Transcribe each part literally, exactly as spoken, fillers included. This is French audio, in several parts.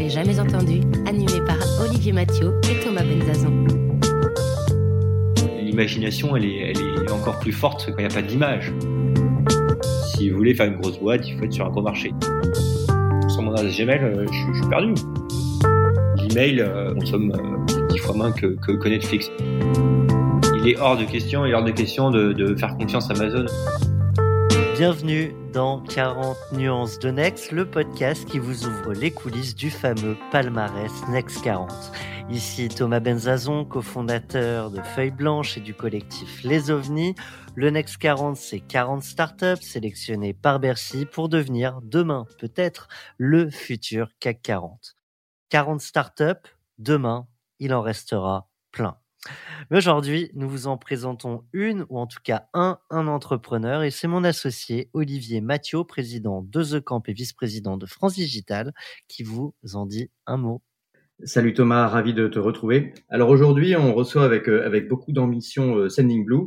n'avez jamais entendu, animé par Olivier Mathieu et Thomas Benzazon. L'imagination, elle est, elle est encore plus forte quand il n'y a pas d'image. Si vous voulez faire une grosse boîte, il faut être sur un gros marché. Sur mon adresse Gmail, euh, je, je suis perdu. L'email euh, consomme euh, dix fois moins que, que, que Netflix. Il est hors de question, il est hors de question de, de faire confiance à Amazon. Bienvenue dans quarante nuances de Next, le podcast qui vous ouvre les coulisses du fameux palmarès Next quarante. Ici Thomas Benzazon, cofondateur de Feuille Blanche et du collectif Les OVNIs. Le Next quarante, c'est quarante startups sélectionnées par Bercy pour devenir demain, peut-être, le futur C A C quarante. quarante startups, demain, il en restera plein. Mais aujourd'hui, nous vous en présentons une, ou en tout cas un, un entrepreneur, et c'est mon associé Olivier Mathieu, président de The Camp et vice-président de France Digital, qui vous en dit un mot. Salut Thomas, ravi de te retrouver. Alors aujourd'hui, on reçoit avec euh, avec beaucoup d'ambition euh, Sending Blue.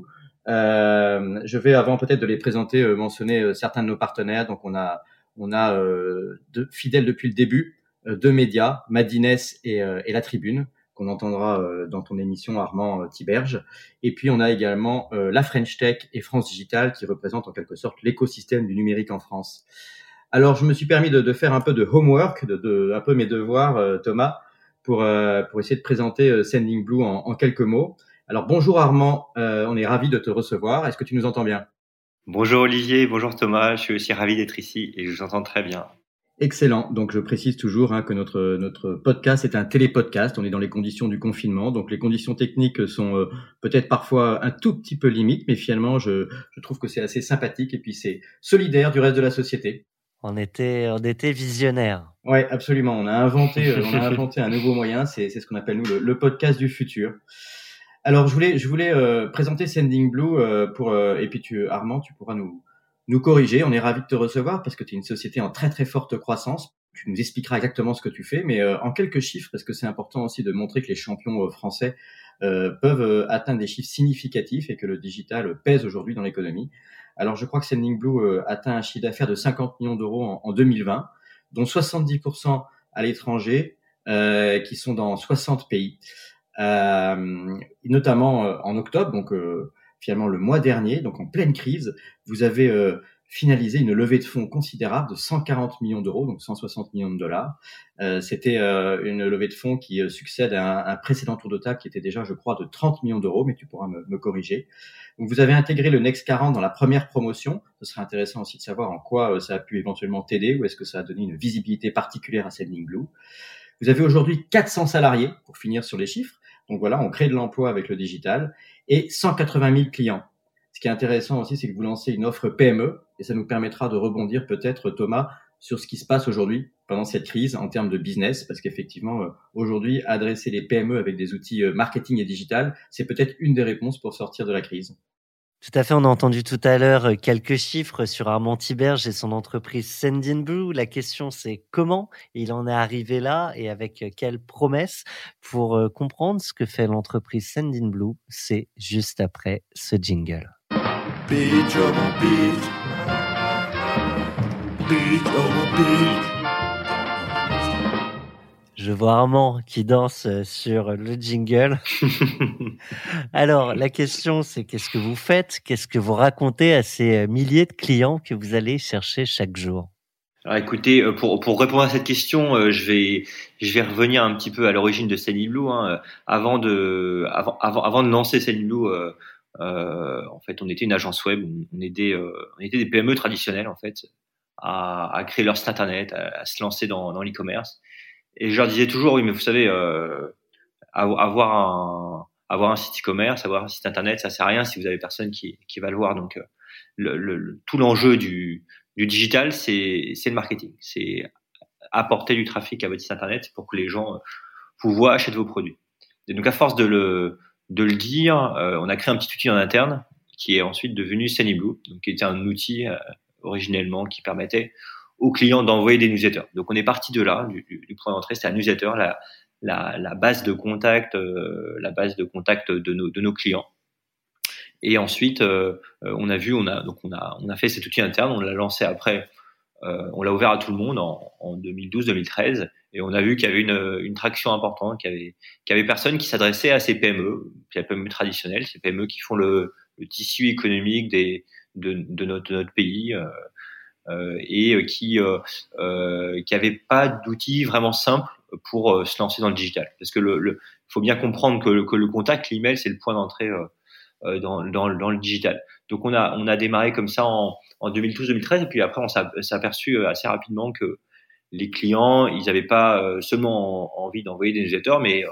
Euh, je vais, avant peut-être de les présenter, euh, mentionner euh, certains de nos partenaires. Donc on a on a euh, deux fidèles depuis le début, euh, deux médias, Madines et, euh, et La Tribune, qu'on entendra euh, dans ton émission, Armand euh, Tiberge. Et puis on a également euh, la French Tech et France Digital, qui représentent en quelque sorte l'écosystème du numérique en France. Alors je me suis permis de, de faire un peu de homework, de, de un peu mes devoirs, euh, Thomas, pour euh, pour essayer de présenter euh, Sending Blue en, en quelques mots. Alors bonjour Armand, euh, on est ravi de te recevoir. Est-ce que tu nous entends bien ? Bonjour Olivier, bonjour Thomas, je suis aussi ravi d'être ici et je vous entends très bien. Excellent. Donc je précise toujours hein, que notre notre podcast est un télépodcast. On est dans les conditions du confinement, donc les conditions techniques sont euh, peut-être parfois un tout petit peu limites, mais finalement je je trouve que c'est assez sympathique et puis c'est solidaire du reste de la société. On était, on était visionnaires. Ouais, absolument. On a inventé, euh, on a inventé un nouveau moyen. C'est, c'est ce qu'on appelle nous le, le podcast du futur. Alors, je voulais, je voulais euh, présenter Sending Blue euh, pour euh, et puis tu, Armand, tu pourras nous nous corriger. On est ravis de te recevoir parce que tu es une société en très très forte croissance. Tu nous expliqueras exactement ce que tu fais, mais euh, en quelques chiffres, parce que c'est important aussi de montrer que les champions euh, français euh, peuvent euh, atteindre des chiffres significatifs et que le digital pèse aujourd'hui dans l'économie. Alors, je crois que Sending Blue euh, atteint un chiffre d'affaires de cinquante millions d'euros en, en deux mille vingt, dont soixante-dix pour cent à l'étranger, euh, qui sont dans soixante pays, euh, notamment euh, en octobre, donc euh, finalement le mois dernier, donc en pleine crise, vous avez euh, finalisé une levée de fonds considérable de cent quarante millions d'euros, donc cent soixante millions de dollars. Euh, c'était euh, une levée de fonds qui euh, succède à un, un précédent tour de table qui était déjà, je crois, de trente millions d'euros, mais tu pourras me, me corriger. Donc vous avez intégré le Next quarante dans la première promotion. Ce serait intéressant aussi de savoir en quoi euh, ça a pu éventuellement t'aider ou est-ce que ça a donné une visibilité particulière à Sending Blue. Vous avez aujourd'hui quatre cents salariés, pour finir sur les chiffres. Donc voilà, on crée de l'emploi avec le digital et cent quatre-vingt mille clients. Ce qui est intéressant aussi, c'est que vous lancez une offre P M E et ça nous permettra de rebondir peut-être, Thomas, sur ce qui se passe aujourd'hui pendant cette crise en termes de business, parce qu'effectivement, euh, aujourd'hui, adresser les P M E avec des outils euh, marketing et digital, c'est peut-être une des réponses pour sortir de la crise. Tout à fait, on a entendu tout à l'heure quelques chiffres sur Armand Tiberge et son entreprise Sending Blue. La question, c'est comment il en est arrivé là et avec quelles promesses. Pour comprendre ce que fait l'entreprise Sending Blue, c'est juste après ce jingle. Beach over beach. Beach over beach. Je vois Armand qui danse sur le jingle. Alors, la question, c'est qu'est-ce que vous faites ? Qu'est-ce que vous racontez à ces milliers de clients que vous allez chercher chaque jour ? Alors écoutez, pour pour répondre à cette question, je vais je vais revenir un petit peu à l'origine de Sending Blue. Hein. Avant de avant avant avant de lancer Sending Blue, euh, euh, en fait, on était une agence web. On aidait euh, on était des P M E traditionnelles en fait à à créer leur site internet, à, à se lancer dans dans l'e-commerce. Et je leur disais toujours, oui, mais vous savez, euh, avoir un avoir un site e-commerce, avoir un site internet, ça sert à rien si vous avez personne qui qui va le voir. Donc le, le tout l'enjeu du du digital, c'est c'est le marketing, c'est apporter du trafic à votre site internet pour que les gens vous voient, achètent vos produits. Et donc à force de le de le dire, euh, on a créé un petit outil en interne qui est ensuite devenu Sending Blue, donc qui était un outil euh, originellement qui permettait aux clients d'envoyer des newsletters. Donc on est parti de là, du, du, du point d'entrée, c'est un newsletter, la, la, la base de contact, euh, la base de contact de nos, de nos clients. Et ensuite, euh, on a vu, on a donc on a on a fait cet outil interne, on l'a lancé après euh, on l'a ouvert à tout le monde en, en deux mille douze deux mille treize et on a vu qu'il y avait une, une traction importante, qu'il y avait, qu'il y avait personne qui s'adressait à ces P M E, les P M E traditionnelles, ces P M E qui font le, le tissu économique des, de, de, notre, de notre pays euh, euh, et qui euh, euh, qui n'avaient pas d'outils vraiment simples pour euh, se lancer dans le digital. Parce que le, le faut bien comprendre que le, que le contact, l'email, c'est le point d'entrée euh, dans, dans, dans le digital. Donc on a on a démarré comme ça en, en deux mille douze deux mille treize et puis après on s'est aperçu assez rapidement que les clients, ils n'avaient pas seulement envie d'envoyer des newsletters, mais euh,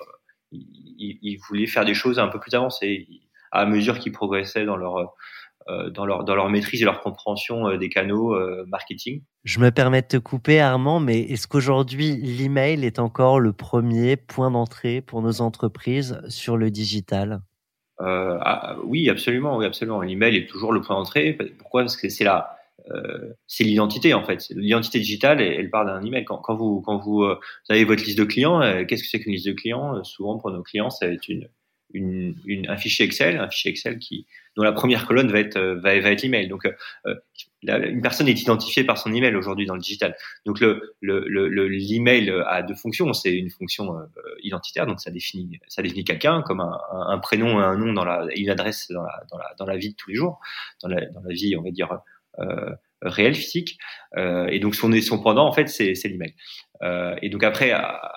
ils, ils voulaient faire des choses un peu plus avancées à mesure qu'ils progressaient dans leur euh, dans leur dans leur maîtrise et leur compréhension euh, des canaux euh, marketing. Je me permets de te couper, Armand, mais est-ce qu'aujourd'hui l'email est encore le premier point d'entrée pour nos entreprises sur le digital ? Euh, ah, oui, absolument, oui, absolument. L'email est toujours le point d'entrée. Pourquoi ? Parce que c'est la, euh, c'est l'identité en fait. L'identité digitale, elle, elle part d'un email. Quand, quand vous, quand vous, euh, vous avez votre liste de clients, euh, qu'est-ce que c'est qu'une liste de clients ? euh, Souvent pour nos clients, ça va être une, une, une, un fichier Excel, un fichier Excel qui, dont la première colonne va être, euh, va, va être l'email. Donc, euh, la, une personne est identifiée par son email aujourd'hui dans le digital. Donc, le, le, le, le l'email a deux fonctions. C'est une fonction euh, identitaire, donc ça définit, ça définit quelqu'un comme un, un, un prénom, un nom dans la, une adresse dans la, dans la, dans la vie de tous les jours, dans la, dans la vie, on va dire. Euh, réel, physique, euh, et donc son son pendant en fait c'est c'est l'email. Euh, et donc après,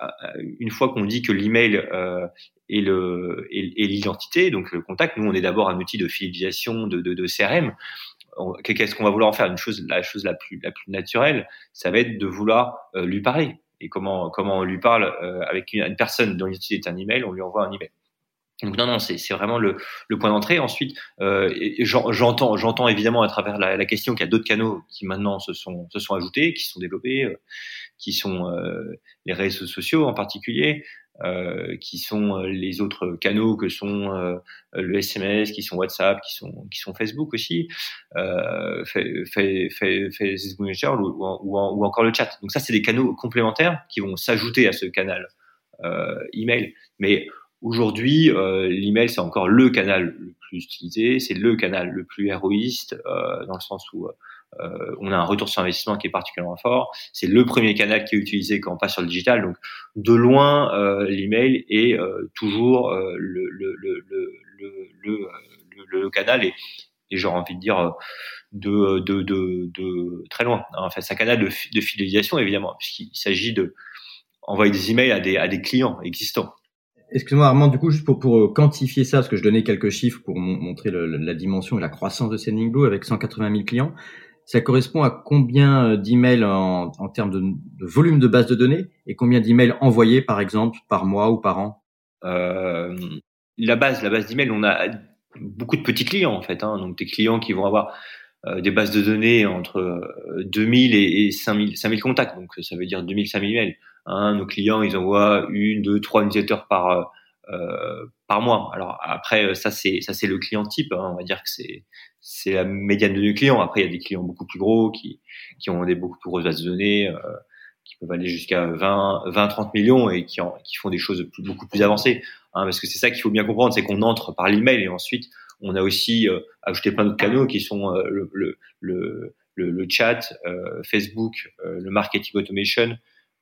une fois qu'on dit que l'email euh, est le est, est l'identité, donc le contact, nous on est d'abord un outil de fidélisation de de, de C R M. Qu'est-ce qu'on va vouloir en faire ? Une chose, la chose la plus la plus naturelle, ça va être de vouloir euh, lui parler. Et comment comment on lui parle euh, avec une, une personne dont l'identité est un email, on lui envoie un email. Donc non non c'est c'est vraiment le le point d'entrée. Ensuite euh, j'entends j'entends évidemment à travers la, la question qu'il y a d'autres canaux qui maintenant se sont se sont ajoutés, qui se sont développés, euh, qui sont euh, les réseaux sociaux en particulier, euh, qui sont les autres canaux que sont euh, le S M S, qui sont WhatsApp, qui sont qui sont Facebook aussi, euh, fait, fait, fait, Facebook Messenger ou, ou, ou encore le chat. Donc ça c'est des canaux complémentaires qui vont s'ajouter à ce canal euh, email, mais aujourd'hui, euh, l'email, c'est encore le canal le plus utilisé, c'est le canal le plus héroïste, euh, dans le sens où euh, on a un retour sur investissement qui est particulièrement fort. C'est le premier canal qui est utilisé quand on passe sur le digital. Donc, de loin, euh, l'email est euh, toujours euh, le, le, le, le, le, le, le canal et, et j'aurais envie de dire de, de, de, de très loin. Enfin, c'est un canal de, de fidélisation, évidemment, puisqu'il s'agit de envoyer des emails à des, à des clients existants. Excuse-moi Armand, du coup, juste pour, pour quantifier ça, parce que je donnais quelques chiffres pour m- montrer le, la dimension et la croissance de Sendinblue avec cent quatre-vingt mille clients, ça correspond à combien d'emails en, en termes de, de volume de base de données et combien d'emails envoyés, par exemple, par mois ou par an ? euh, La base, la base d'emails, on a beaucoup de petits clients en fait, hein, donc des clients qui vont avoir euh, des bases de données entre euh, deux mille et, et cinq mille, cinq mille contacts, donc ça veut dire deux mille, cinq mille emails. Hein, nos clients, ils envoient une, deux, trois newsletters par euh, par mois. Alors après, ça c'est ça c'est le client type. Hein, on va dire que c'est c'est la médiane de nos clients. Après, il y a des clients beaucoup plus gros qui qui ont des beaucoup plus grosses bases de données, euh, qui peuvent aller jusqu'à vingt, vingt, trente millions et qui en, qui font des choses plus, beaucoup plus avancées. Hein, parce que c'est ça qu'il faut bien comprendre, c'est qu'on entre par l'email et ensuite on a aussi euh, ajouté plein d'autres canaux qui sont euh, le, le le le le chat, euh, Facebook, euh, le marketing automation.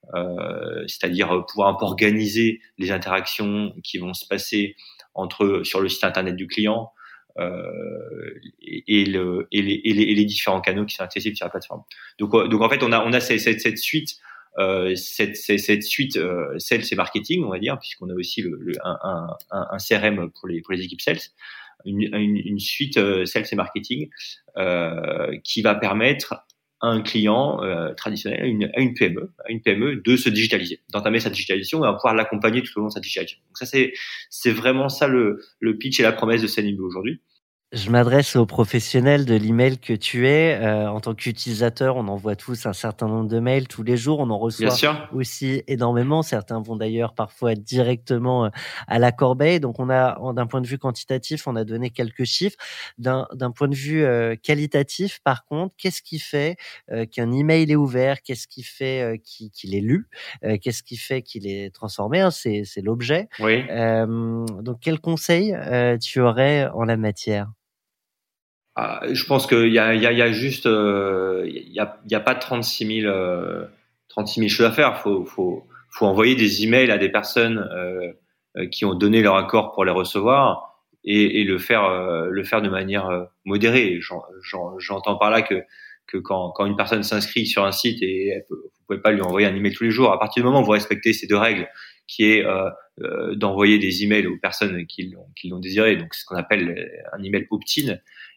Euh, c'est-à-dire pouvoir un peu organiser les interactions qui vont se passer entre sur le site internet du client euh, et, et, le, et, les, et, les, et les différents canaux qui sont accessibles sur la plateforme. Donc, donc en fait, on a, on a cette, cette, cette suite, euh, cette, cette, cette suite euh, sales et marketing, on va dire, puisqu'on a aussi le, le, un, un, un C R M pour les, pour les équipes sales, une, une, une suite euh, sales et marketing euh, qui va permettre à un client euh, traditionnel, à une, à une P M E, à une P M E de se digitaliser, d'entamer sa digitalisation et on va pouvoir l'accompagner tout au long de sa digitalisation. Donc ça c'est c'est vraiment ça le le pitch et la promesse de Sendinblue aujourd'hui. Je m'adresse aux professionnels de l'email que tu es. Euh, en tant qu'utilisateur, on envoie tous un certain nombre de mails tous les jours. On en reçoit aussi énormément. Certains vont d'ailleurs parfois directement à la corbeille. Donc, on a, d'un point de vue quantitatif, on a donné quelques chiffres. D'un, d'un point de vue euh, qualitatif, par contre, qu'est-ce qui fait euh, qu'un email est ouvert ? Qu'est-ce qui fait euh, qu'il, qu'il est lu ? euh, Qu'est-ce qui fait qu'il est transformé ? hein, c'est, c'est l'objet. Oui. Euh, donc, quel conseil euh, tu aurais en la matière ? Ah, je pense qu'il y a, il y a, il y a juste, euh, il y a, il y a pas trente-six mille, euh, trente-six mille choses à faire. Faut, faut, faut envoyer des emails à des personnes euh, euh, qui ont donné leur accord pour les recevoir et, et le faire, euh, le faire de manière euh, modérée. J'en, j'en, j'entends par là que, que quand, quand une personne s'inscrit sur un site et elle peut, vous pouvez pas lui envoyer un email tous les jours. À partir du moment où vous respectez ces deux règles, qui est euh, euh, d'envoyer des emails aux personnes qui l'ont, qui l'ont désiré, donc c'est ce qu'on appelle un email opt-in,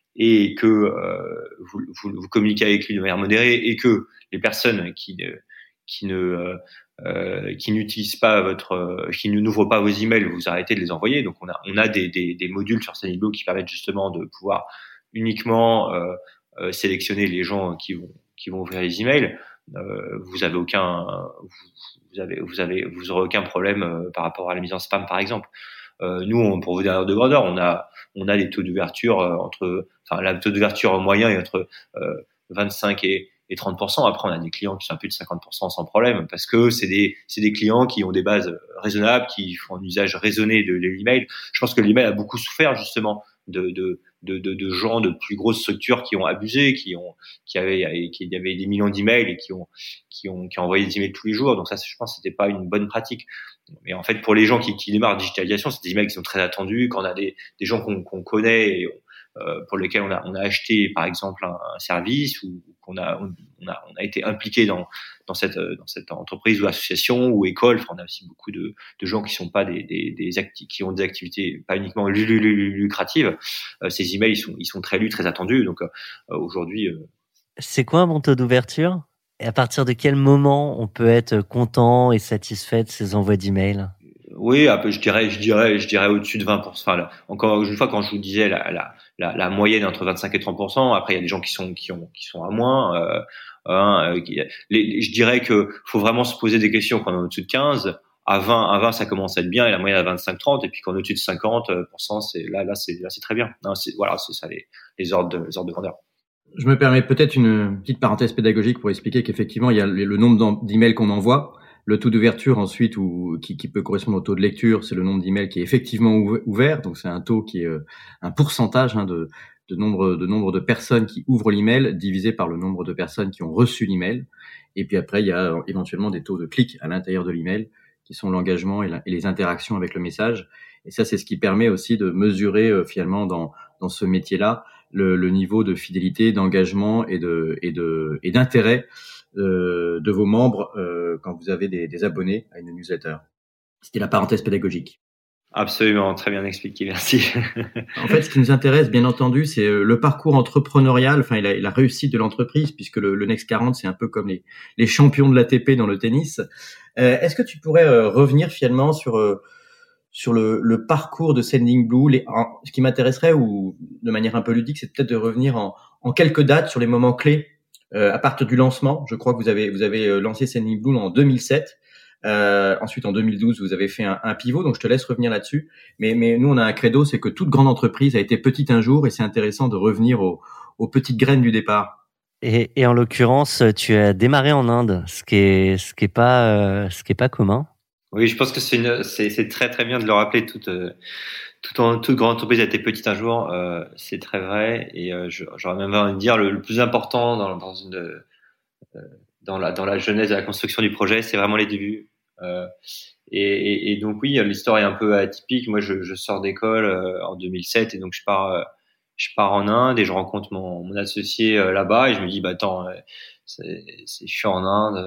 et que euh, vous, vous, vous communiquez avec lui de manière modérée, et que les personnes qui ne, qui ne, euh, qui n'utilisent pas votre, qui ne n'ouvrent pas vos emails, vous arrêtez de les envoyer. Donc on a, on a des, des, des modules sur Sendinblue qui permettent justement de pouvoir uniquement euh, euh, sélectionner les gens qui vont, qui vont ouvrir les emails. Euh, vous avez aucun, vous, vous avez, vous avez, vous aurez aucun problème euh, par rapport à la mise en spam, par exemple. Euh, nous, on, pour vous donner de grandeur, on a, on a des taux d'ouverture euh, entre, enfin, la taux d'ouverture moyen est entre euh, vingt-cinq et, et trente pour cent. Après, on a des clients qui sont à plus de cinquante pour cent sans problème, parce que c'est des, c'est des clients qui ont des bases raisonnables, qui font un usage raisonné de, de l'email. Je pense que l'email a beaucoup souffert justement de, de, de, de, de gens de plus grosses structures qui ont abusé, qui ont, qui avaient, qui y avait des millions d'emails et qui ont, qui ont, qui ont envoyé des emails tous les jours. Donc ça, je pense, que c'était pas une bonne pratique. Mais en fait, pour les gens qui, qui démarrent la digitalisation, c'est des emails qui sont très attendus. Quand on a des, des gens qu'on, qu'on connaît et euh, pour lesquels on a, on a acheté, par exemple, un, un service, ou qu'on a, on a, on a été impliqué dans, dans cette, dans cette entreprise ou association ou école. Enfin, on a aussi beaucoup de, de gens qui sont pas des, des, des acti- qui ont des activités pas uniquement lucratives. Euh, ces emails, ils sont, ils sont très lus, très attendus. Donc euh, aujourd'hui, euh... c'est quoi un bon taux d'ouverture? Et à partir de quel moment on peut être content et satisfait de ces envois d'emails? Oui, un peu, je dirais, je dirais, je dirais au-dessus de vingt pour cent. Enfin, là, encore une fois, quand je vous disais la, la, la, la moyenne entre vingt-cinq et trente pour cent. Après, il y a des gens qui sont, qui ont, qui sont à moins. Euh, hein, euh, qui, les, les, je dirais que faut vraiment se poser des questions quand on est au-dessus de quinze. À vingt, à vingt, ça commence à être bien, et la moyenne à vingt-cinq, trente. Et puis quand on est au-dessus de cinquante pour cent, c'est là, là, c'est, là, c'est très bien. Non, c'est, voilà, c'est ça les, les ordres de, les ordres de grandeur. Je me permets peut-être une petite parenthèse pédagogique pour expliquer qu'effectivement, il y a le nombre d'emails qu'on envoie. Le taux d'ouverture ensuite, ou qui, qui peut correspondre au taux de lecture, c'est le nombre d'emails qui est effectivement ouvert. Donc c'est un taux qui est un pourcentage hein, de, de nombre de nombre de personnes qui ouvrent l'email divisé par le nombre de personnes qui ont reçu l'email. Et puis après, il y a éventuellement des taux de clics à l'intérieur de l'email qui sont l'engagement et, la, et les interactions avec le message. Et ça, c'est ce qui permet aussi de mesurer euh, finalement dans dans ce métier-là le, le niveau de fidélité, d'engagement et de et de et d'intérêt euh, de vos membres euh, quand vous avez des, des abonnés à une newsletter. C'était la parenthèse pédagogique. Absolument, très bien expliqué, merci. En fait, ce qui nous intéresse, bien entendu, c'est le parcours entrepreneurial, enfin, et la, la réussite de l'entreprise, puisque le, le Next quarante, c'est un peu comme les, les champions de l'A T P dans le tennis. Euh, est-ce que tu pourrais euh, revenir finalement sur euh, sur le, le parcours de Sendinblue? Les, en, ce qui m'intéresserait, ou de manière un peu ludique, c'est peut-être de revenir en, en quelques dates sur les moments clés euh, à partir du lancement. Je crois que vous avez vous avez lancé Sendinblue en deux mille sept. Euh, ensuite, en deux mille douze, vous avez fait un, un pivot, donc je te laisse revenir là-dessus. Mais, mais nous, on a un credo, c'est que toute grande entreprise a été petite un jour, et c'est intéressant de revenir aux, aux petites graines du départ. Et, et en l'occurrence, tu as démarré en Inde, ce qui est, ce qui est pas, euh, ce qui est pas commun. Oui, je pense que c'est une, c'est, c'est très très bien de le rappeler. Toute, euh, toute, en, toute grande entreprise a été petite un jour, euh, c'est très vrai. Et euh, j'aurais même envie de dire le, le plus important dans, dans une, euh, dans la, dans la genèse de la construction du projet, c'est vraiment les débuts. Euh, et, et, et donc oui, l'histoire est un peu atypique. Moi, je, je sors d'école euh, en deux mille sept, et donc je pars, euh, je pars en Inde et je rencontre mon, mon associé euh, là-bas, et je me dis bah attends, euh, c'est, c'est, je suis en Inde,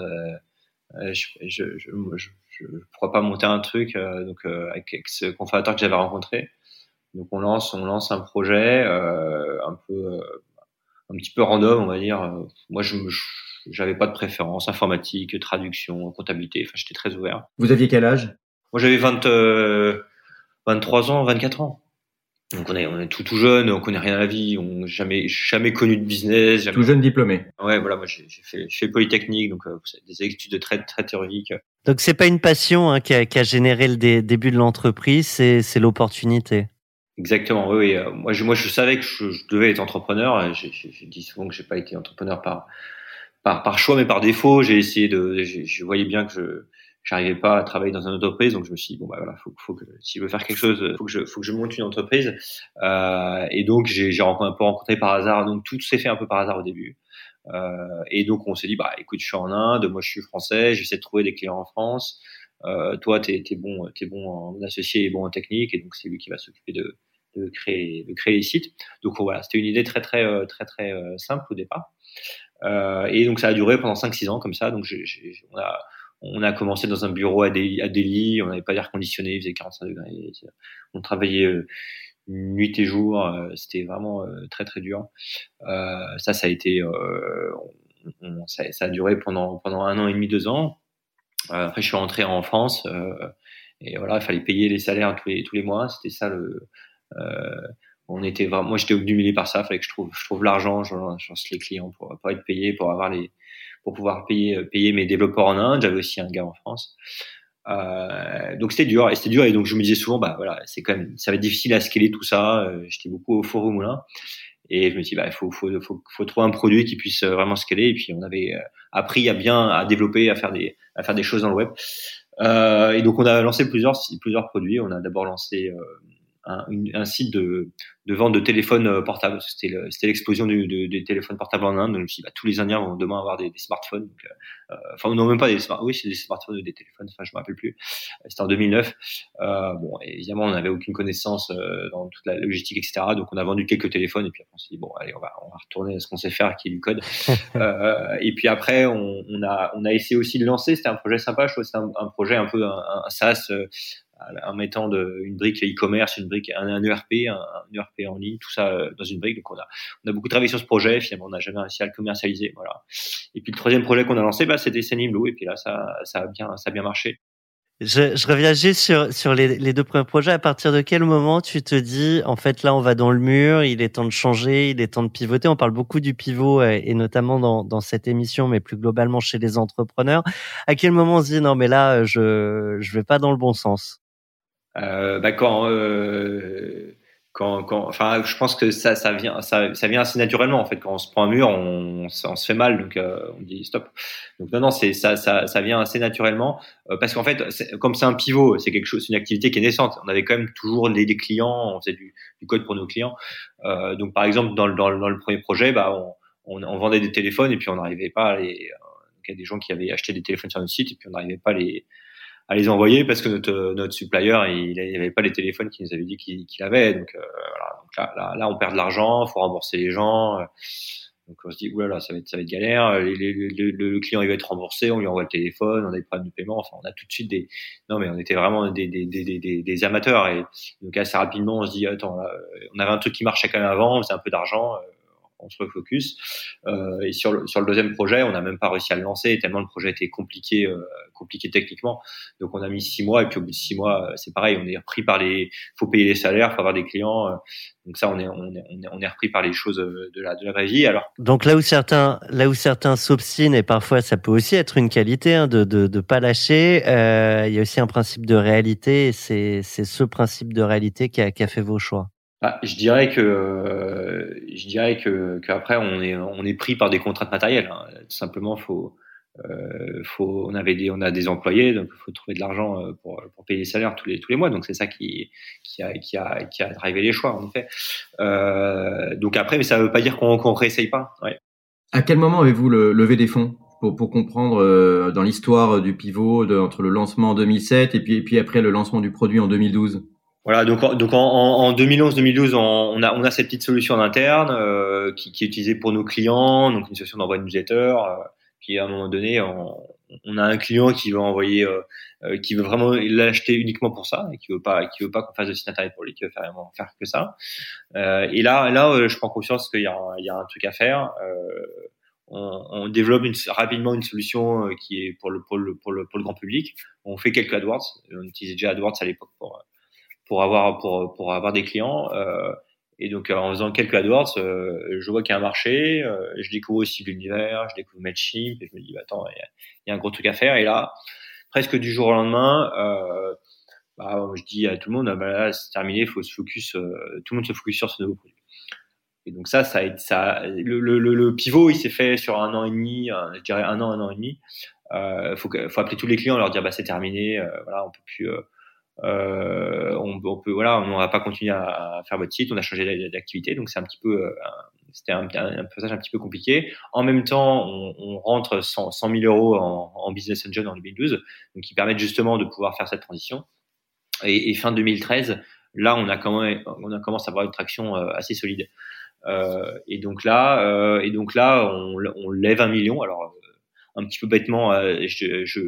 euh, je, je, je, je, je pourrais pas monter un truc euh, donc euh, avec, avec ce cofondateur que j'avais rencontré. Donc on lance, on lance un projet euh, un peu, euh, un petit peu random, on va dire. Moi, je me je, j'avais pas de préférence, informatique, traduction, comptabilité, enfin j'étais très ouvert. Vous aviez quel âge? Moi j'avais vingt, euh, vingt-trois ans, vingt-quatre ans. Donc on est, on est tout tout jeune, on connaît rien à la vie, on n'a jamais, jamais connu de business. Jamais... Tout jeune diplômé. Ouais, voilà, moi j'ai, j'ai fait, j'ai fait Polytechnique, donc euh, des études très, très théoriques. Donc c'est pas une passion hein, qui, a, qui a généré le dé, début de l'entreprise, c'est, c'est l'opportunité. Exactement, oui, oui. Moi je, moi je savais que je, je devais être entrepreneur. J'ai, j'ai, j'ai dit souvent que j'ai pas été entrepreneur par Par, par choix, mais par défaut. J'ai essayé de, je voyais bien que je, j'arrivais pas à travailler dans une entreprise, donc je me suis dit bon bah voilà, faut, faut que si je veux faire quelque chose, faut que je, faut que je monte une entreprise. Euh, et donc j'ai, j'ai rencontré, un peu rencontré par hasard, donc tout s'est fait un peu par hasard au début. Euh, et donc on s'est dit bah écoute, je suis en Inde, moi je suis français, j'essaie de trouver des clients en France. Euh, toi t'es, t'es bon, t'es bon en associé et bon en technique, et donc c'est lui qui va s'occuper de, de créer, de créer les sites. Donc voilà, c'était une idée très très très très, très euh, simple au départ. Euh, et donc ça a duré pendant cinq six ans comme ça. Donc j'ai, j'ai, on a on a commencé dans un bureau à Delhi, à Delhi, on n'avait pas d'air conditionné, il faisait quarante-cinq degrés. On travaillait euh, nuit et jour, euh, c'était vraiment euh, très très dur. Euh, ça, ça a été, euh, on, on, ça, ça a duré pendant pendant un an et demi, deux ans. Euh, après, je suis rentré en France euh, et voilà, il fallait payer les salaires tous les tous les mois. C'était ça le. Euh, on était vraiment, moi, j'étais obnubilé par ça. Il fallait que je trouve je trouve l'argent, je lance les clients pour pour être payé, pour avoir les pour pouvoir payer payer mes développeurs en Inde. J'avais aussi un gars en France. Euh, donc c'était dur et c'était dur et donc je me disais souvent bah voilà, c'est quand même, ça va être difficile à scaler tout ça. Euh, j'étais beaucoup au four au moulin. Et je me suis dit, bah, il faut, faut, faut, faut trouver un produit qui puisse vraiment scaler. Et puis, on avait appris à bien, à développer, à faire des, à faire des choses dans le web. Euh, et donc, on a lancé plusieurs, plusieurs produits. On a d'abord lancé, euh, un, une, un site de, de vente de téléphones portables. C'était, le, c'était l'explosion du, de, des téléphones portables en Inde. Donc, je me suis dit, bah, tous les Indiens vont demain avoir des, des smartphones. Donc, euh, enfin, non, même pas des smartphones. Oui, c'est des smartphones ou des téléphones. Enfin, je me rappelle plus. C'était en deux mille neuf. Euh, bon, évidemment, on n'avait aucune connaissance euh, dans toute la logistique, et cetera. Donc, on a vendu quelques téléphones et puis après, on s'est dit, bon, allez, on va, on va retourner à ce qu'on sait faire, qui est du code. euh, et puis après, on, on a, on a essayé aussi de lancer. C'était un projet sympa. Je trouve que c'était un, un projet un peu un, un SaaS, euh, en mettant de, une brique e-commerce, une brique, un, un E R P, un, un E R P en ligne, tout ça euh, dans une brique. Donc on a, on a beaucoup travaillé sur ce projet. Finalement, on n'a jamais réussi à le commercialiser. Voilà. Et puis le troisième projet qu'on a lancé, bah, c'était Sending Blue. Et puis là, ça, ça a bien, ça a bien marché. Je, je reviens juste sur, sur les, les deux premiers projets. À partir de quel moment tu te dis, en fait, là, on va dans le mur, il est temps de changer, il est temps de pivoter. On parle beaucoup du pivot, et notamment dans, dans cette émission, mais plus globalement chez les entrepreneurs. À quel moment on se dit, non, mais là, je, je vais pas dans le bon sens? Euh, bah quand, euh, quand, quand, enfin, je pense que ça, ça vient, ça, ça vient assez naturellement en fait. Quand on se prend un mur, on, on se fait mal, donc euh, on dit stop. Donc non, non, c'est ça, ça, ça vient assez naturellement euh, parce qu'en fait, c'est, comme c'est un pivot, c'est quelque chose, c'est une activité qui est naissante. On avait quand même toujours des, des clients, on faisait du, du code pour nos clients. Euh, donc par exemple, dans le, dans le, dans le premier projet, bah, on, on, on vendait des téléphones et puis on n'arrivait pas à les. Donc il y a des gens qui avaient acheté des téléphones sur notre site et puis on n'arrivait pas à les à les envoyer parce que notre notre supplier il n'avait pas les téléphones qu'il nous avait dit qu'il, qu'il avait. Donc euh, voilà, donc là, là là on perd de l'argent, faut rembourser les gens. Donc on se dit oulala, ça va être ça va être galère. Les, les, le, le client il va être remboursé, on lui envoie le téléphone, on a des problèmes de paiement. Enfin on a tout de suite des non mais on était vraiment des des des des, des amateurs et donc assez rapidement on se dit attends là, on avait un truc qui marchait quand même avant, on faisait un peu d'argent. On se refocus. Euh, et sur le, sur le deuxième projet, on n'a même pas réussi à le lancer tellement le projet était compliqué, euh, compliqué techniquement. Donc on a mis six mois et puis au bout de six mois, c'est pareil, on est repris par les, faut payer les salaires, faut avoir des clients. Euh, donc ça, on est, on est, on est, on est repris par les choses de la, de la vraie vie. Alors. Donc là où certains, là où certains s'obstinent et parfois ça peut aussi être une qualité hein, de, de, de pas lâcher. Euh, il y a aussi un principe de réalité. Et c'est, c'est ce principe de réalité qui a, qui a fait vos choix. Ah, je dirais que euh, je dirais que qu'après on est on est pris par des contraintes matérielles. Hein. Tout simplement, faut euh, faut on avait des on a des employés, donc il faut trouver de l'argent pour pour payer les salaires tous les tous les mois. Donc c'est ça qui qui a qui a qui a drivé les choix en effet. Euh, donc après, mais ça veut pas dire qu'on qu'on réessaye pas. Ouais. À quel moment avez-vous le, levé des fonds pour pour comprendre euh, dans l'histoire du pivot de, entre le lancement en deux mille sept et puis et puis après le lancement du produit en deux mille douze? Voilà, donc donc en, en deux mille onze deux mille douze, on, on a on a cette petite solution en interne euh, qui, qui est utilisée pour nos clients, donc une solution d'envoi de newsletter. Euh, puis à un moment donné, on, on a un client qui veut envoyer, euh, qui veut vraiment l'acheter uniquement pour ça, et qui veut pas qui veut pas qu'on fasse de site internet pour lui, qui veut faire vraiment faire que ça. Euh, et là là, je prends conscience qu'il y a un, il y a un truc à faire. Euh, on, on développe une, rapidement une solution qui est pour le pour le pour le pour le grand public. On fait quelques AdWords. On utilisait déjà AdWords à l'époque pour pour avoir pour pour avoir des clients euh, et donc en faisant quelques AdWords euh, je vois qu'il y a un marché, euh, je découvre aussi l'univers, je découvre Mailchimp et je me dis bah, attends il y, y a un gros truc à faire. Et là presque du jour au lendemain euh, bah, je dis à tout le monde bah, là c'est terminé, faut se focus euh, tout le monde se focus sur ce nouveau produit. Et donc ça ça ça le le, le pivot il s'est fait sur un an et demi, je dirais un an un an et demi. euh, faut que, faut appeler tous les clients, leur dire bah c'est terminé, euh, voilà, on peut plus, euh, euh, on, on peut, voilà, on va pas continuer à, à faire votre site, on a changé d'activité, donc c'est un petit peu, euh, un, c'était un, un, un passage un petit peu compliqué. En même temps, on, on rentre cent mille euros en, en Business Angel en deux mille douze, donc qui permettent justement de pouvoir faire cette transition. Et, et fin deux mille treize, là, on a quand même, on a commencé à avoir une traction euh, assez solide. Euh, et donc là, euh, et donc là, on, on lève un million. Alors un petit peu bêtement, euh, je, je,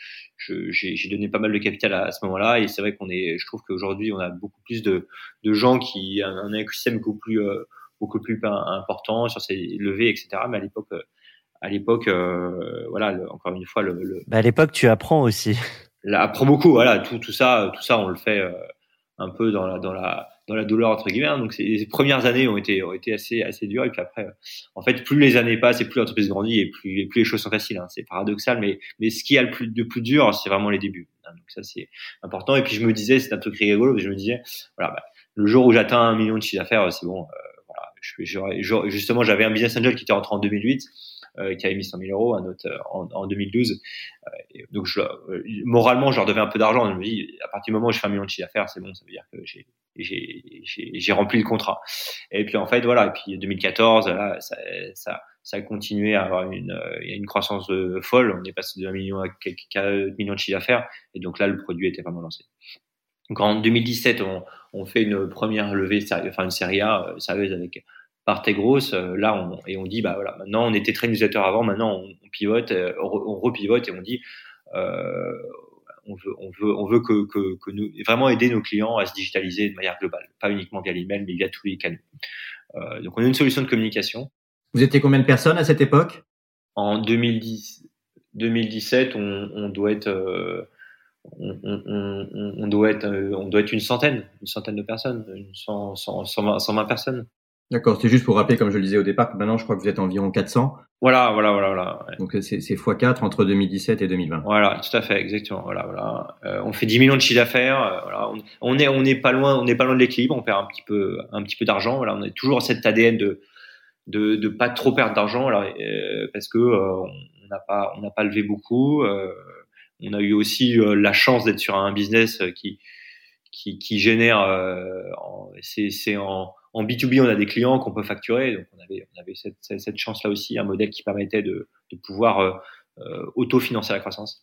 je, j'ai, j'ai donné pas mal de capital à, à ce moment-là, et c'est vrai qu'on est, je trouve qu'aujourd'hui, on a beaucoup plus de, de gens qui un, un écosystème beaucoup plus, euh, beaucoup plus important sur ces levées, et cetera. Mais à l'époque, à l'époque, euh, voilà, le, encore une fois, le, le bah à l'époque, tu apprends aussi. Là, apprends beaucoup, voilà, tout, tout ça, tout ça, on le fait euh, un peu dans la, dans la, dans la douleur entre guillemets. Hein. Donc, c'est, les premières années ont été, ont été assez, assez dures, et puis après, euh, en fait, plus les années passent et plus l'entreprise grandit, et plus, plus les choses sont faciles. Hein. C'est paradoxal, mais, mais ce qui y a le plus de plus dur, c'est vraiment les débuts. Hein. Donc ça, c'est important. Et puis je me disais, c'est un truc rigolo, je me disais, voilà, bah, le jour où j'atteins un million de chiffre d'affaires, c'est bon. Euh, voilà, je, j'aurais, j'aurais, justement, j'avais un business angel qui était rentré en deux mille huit. Euh, qui avait mis cent mille euros, un autre euh, en, en deux mille douze. Euh, et donc, je, euh, moralement, je leur devais un peu d'argent. Je me dis, à partir du moment où je fais un million de chiffre d'affaires, c'est bon, ça veut dire que j'ai, j'ai, j'ai, j'ai rempli le contrat. Et puis, en fait, voilà. Et puis, deux mille quatorze, là, ça, ça, ça a continué à avoir une, euh, une croissance euh, folle. On est passé de un million à quelques millions de chiffre d'affaires. Et donc là, le produit était vraiment lancé. Donc, en deux mille dix-sept, on, on fait une première levée, enfin, une série A euh, sérieuse avec Partez grosse, euh, là on, et on dit bah voilà, maintenant on était très newsletter avant, maintenant on, on pivote, euh, on, on repivote et on dit euh, on veut on veut on veut que, que que nous vraiment aider nos clients à se digitaliser de manière globale, pas uniquement via l'email mais via tous les canaux. Euh, donc on a une solution de communication. Vous étiez combien de personnes à cette époque? En deux mille dix, deux mille dix-sept, on, on doit être euh, on, on, on, on doit être euh, on doit être une centaine, une centaine de personnes, une cent, cent, cent vingt, cent vingt personnes. D'accord, c'est juste pour rappeler, comme je le disais au départ, que maintenant je crois que vous êtes environ quatre cents. Voilà, voilà, voilà, voilà. Ouais. Donc c'est, c'est fois quatre entre deux mille dix-sept et deux mille vingt. Voilà, tout à fait, exactement. Voilà, voilà. Euh, on fait dix millions de chiffre d'affaires. Euh, voilà, on, on est, on n'est pas loin, on n'est pas loin de l'équilibre. On perd un petit peu, un petit peu d'argent. Voilà, on a toujours cet A D N de, de, de pas trop perdre d'argent. Alors, euh, parce que euh, on n'a pas, on n'a pas levé beaucoup. Euh, on a eu aussi euh, la chance d'être sur un business qui, qui, qui génère. Euh, en, c'est, c'est en En B deux B, on a des clients qu'on peut facturer, donc on avait, on avait cette, cette, cette chance-là aussi, un modèle qui permettait de, de pouvoir euh, euh, autofinancer la croissance.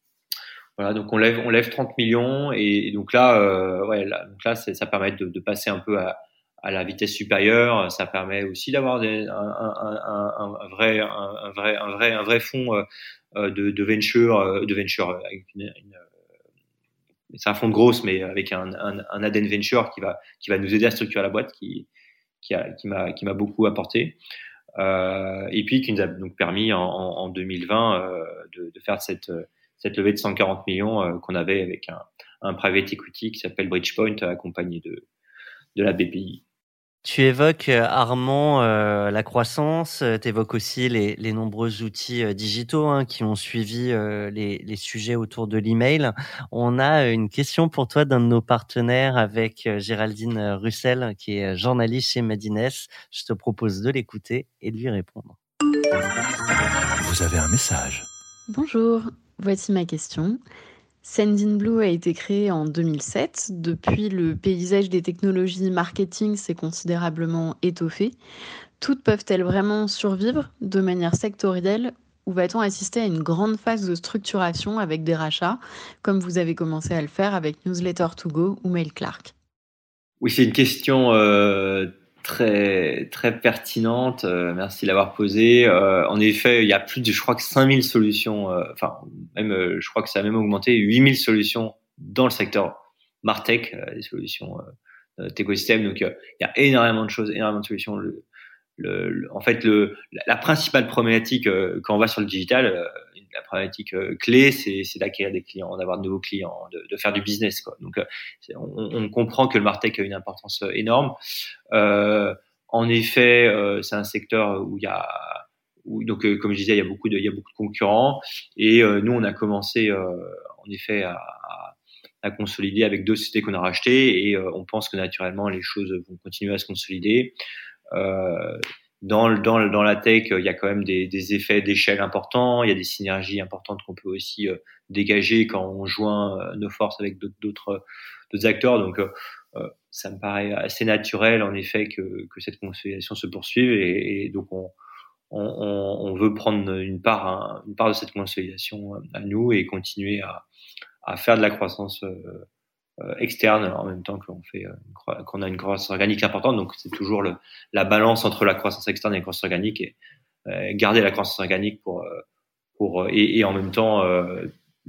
Voilà, donc on lève, on lève trente millions, et, et donc là, euh, ouais, là, donc là, ça permet de, de passer un peu à, à la vitesse supérieure. Ça permet aussi d'avoir des, un, un, un, un vrai, un, un vrai, un vrai, un vrai fonds euh, de, de venture, de venture avec une, une c'est un fonds de grosse, mais avec un, un, un A D N venture qui va, qui va nous aider à structurer la boîte, qui, qui, a, qui m'a, qui m'a beaucoup apporté, euh, et puis qui nous a donc permis en, en deux mille vingt euh, de, de faire cette, cette levée de cent quarante millions euh, qu'on avait avec un, un private equity qui s'appelle Bridgepoint, accompagné de, de la B P I. Tu évoques, Armand, euh, la croissance, tu évoques aussi les, les nombreux outils euh, digitaux hein, qui ont suivi euh, les, les sujets autour de l'email. On a une question pour toi d'un de nos partenaires avec euh, Géraldine Russel, qui est journaliste chez Madines. Je te propose de l'écouter et de lui répondre. Vous avez un message. Bonjour, voici ma question. Sendinblue a été créé en deux mille sept. Depuis, le paysage des technologies marketing s'est considérablement étoffé. Toutes peuvent-elles vraiment survivre de manière sectorielle, ou va-t-on assister à une grande phase de structuration avec des rachats, comme vous avez commencé à le faire avec Newsletter to Go ou MailClark? Oui, c'est une question euh, très très pertinente. Euh, merci de l'avoir posée. Euh, en effet, il y a plus de, je crois que cinq mille solutions. Euh, enfin, même, euh, je crois que ça a même augmenté, huit mille solutions dans le secteur Martech, euh, des solutions euh, d'écosystème. Donc, euh, il y a énormément de choses, énormément de solutions. Le, le, le, en fait, le, la, la principale problématique euh, quand on va sur le digital, euh, la problématique euh, clé, c'est, c'est d'acquérir des clients, d'avoir de nouveaux clients, de, de faire du business, quoi. Donc, euh, on, on comprend que le Martech a une importance énorme. Euh, en effet, euh, c'est un secteur où il y a, où, donc, euh, comme je disais, il y a beaucoup de, il y a beaucoup de concurrents. Et euh, nous, on a commencé, euh, en effet, à, à, à consolider avec deux sociétés qu'on a rachetées. Et euh, on pense que naturellement, les choses vont continuer à se consolider. Euh, dans le, dans le, dans la tech, il y a quand même des, des effets d'échelle importants. Il y a des synergies importantes qu'on peut aussi euh, dégager quand on joint euh, nos forces avec d'autres, d'autres, d'autres acteurs. Donc, euh, euh, ça me paraît assez naturel, en effet, que, que cette consolidation se poursuive. Et, et donc, on, on, on veut prendre une part, une part de cette consolidation à nous et continuer à, à faire de la croissance euh, euh, externe en même temps qu'on fait, euh, qu'on a une croissance organique importante. Donc, c'est toujours le, la balance entre la croissance externe et la croissance organique, et euh, garder la croissance organique pour, pour et, et en même temps euh,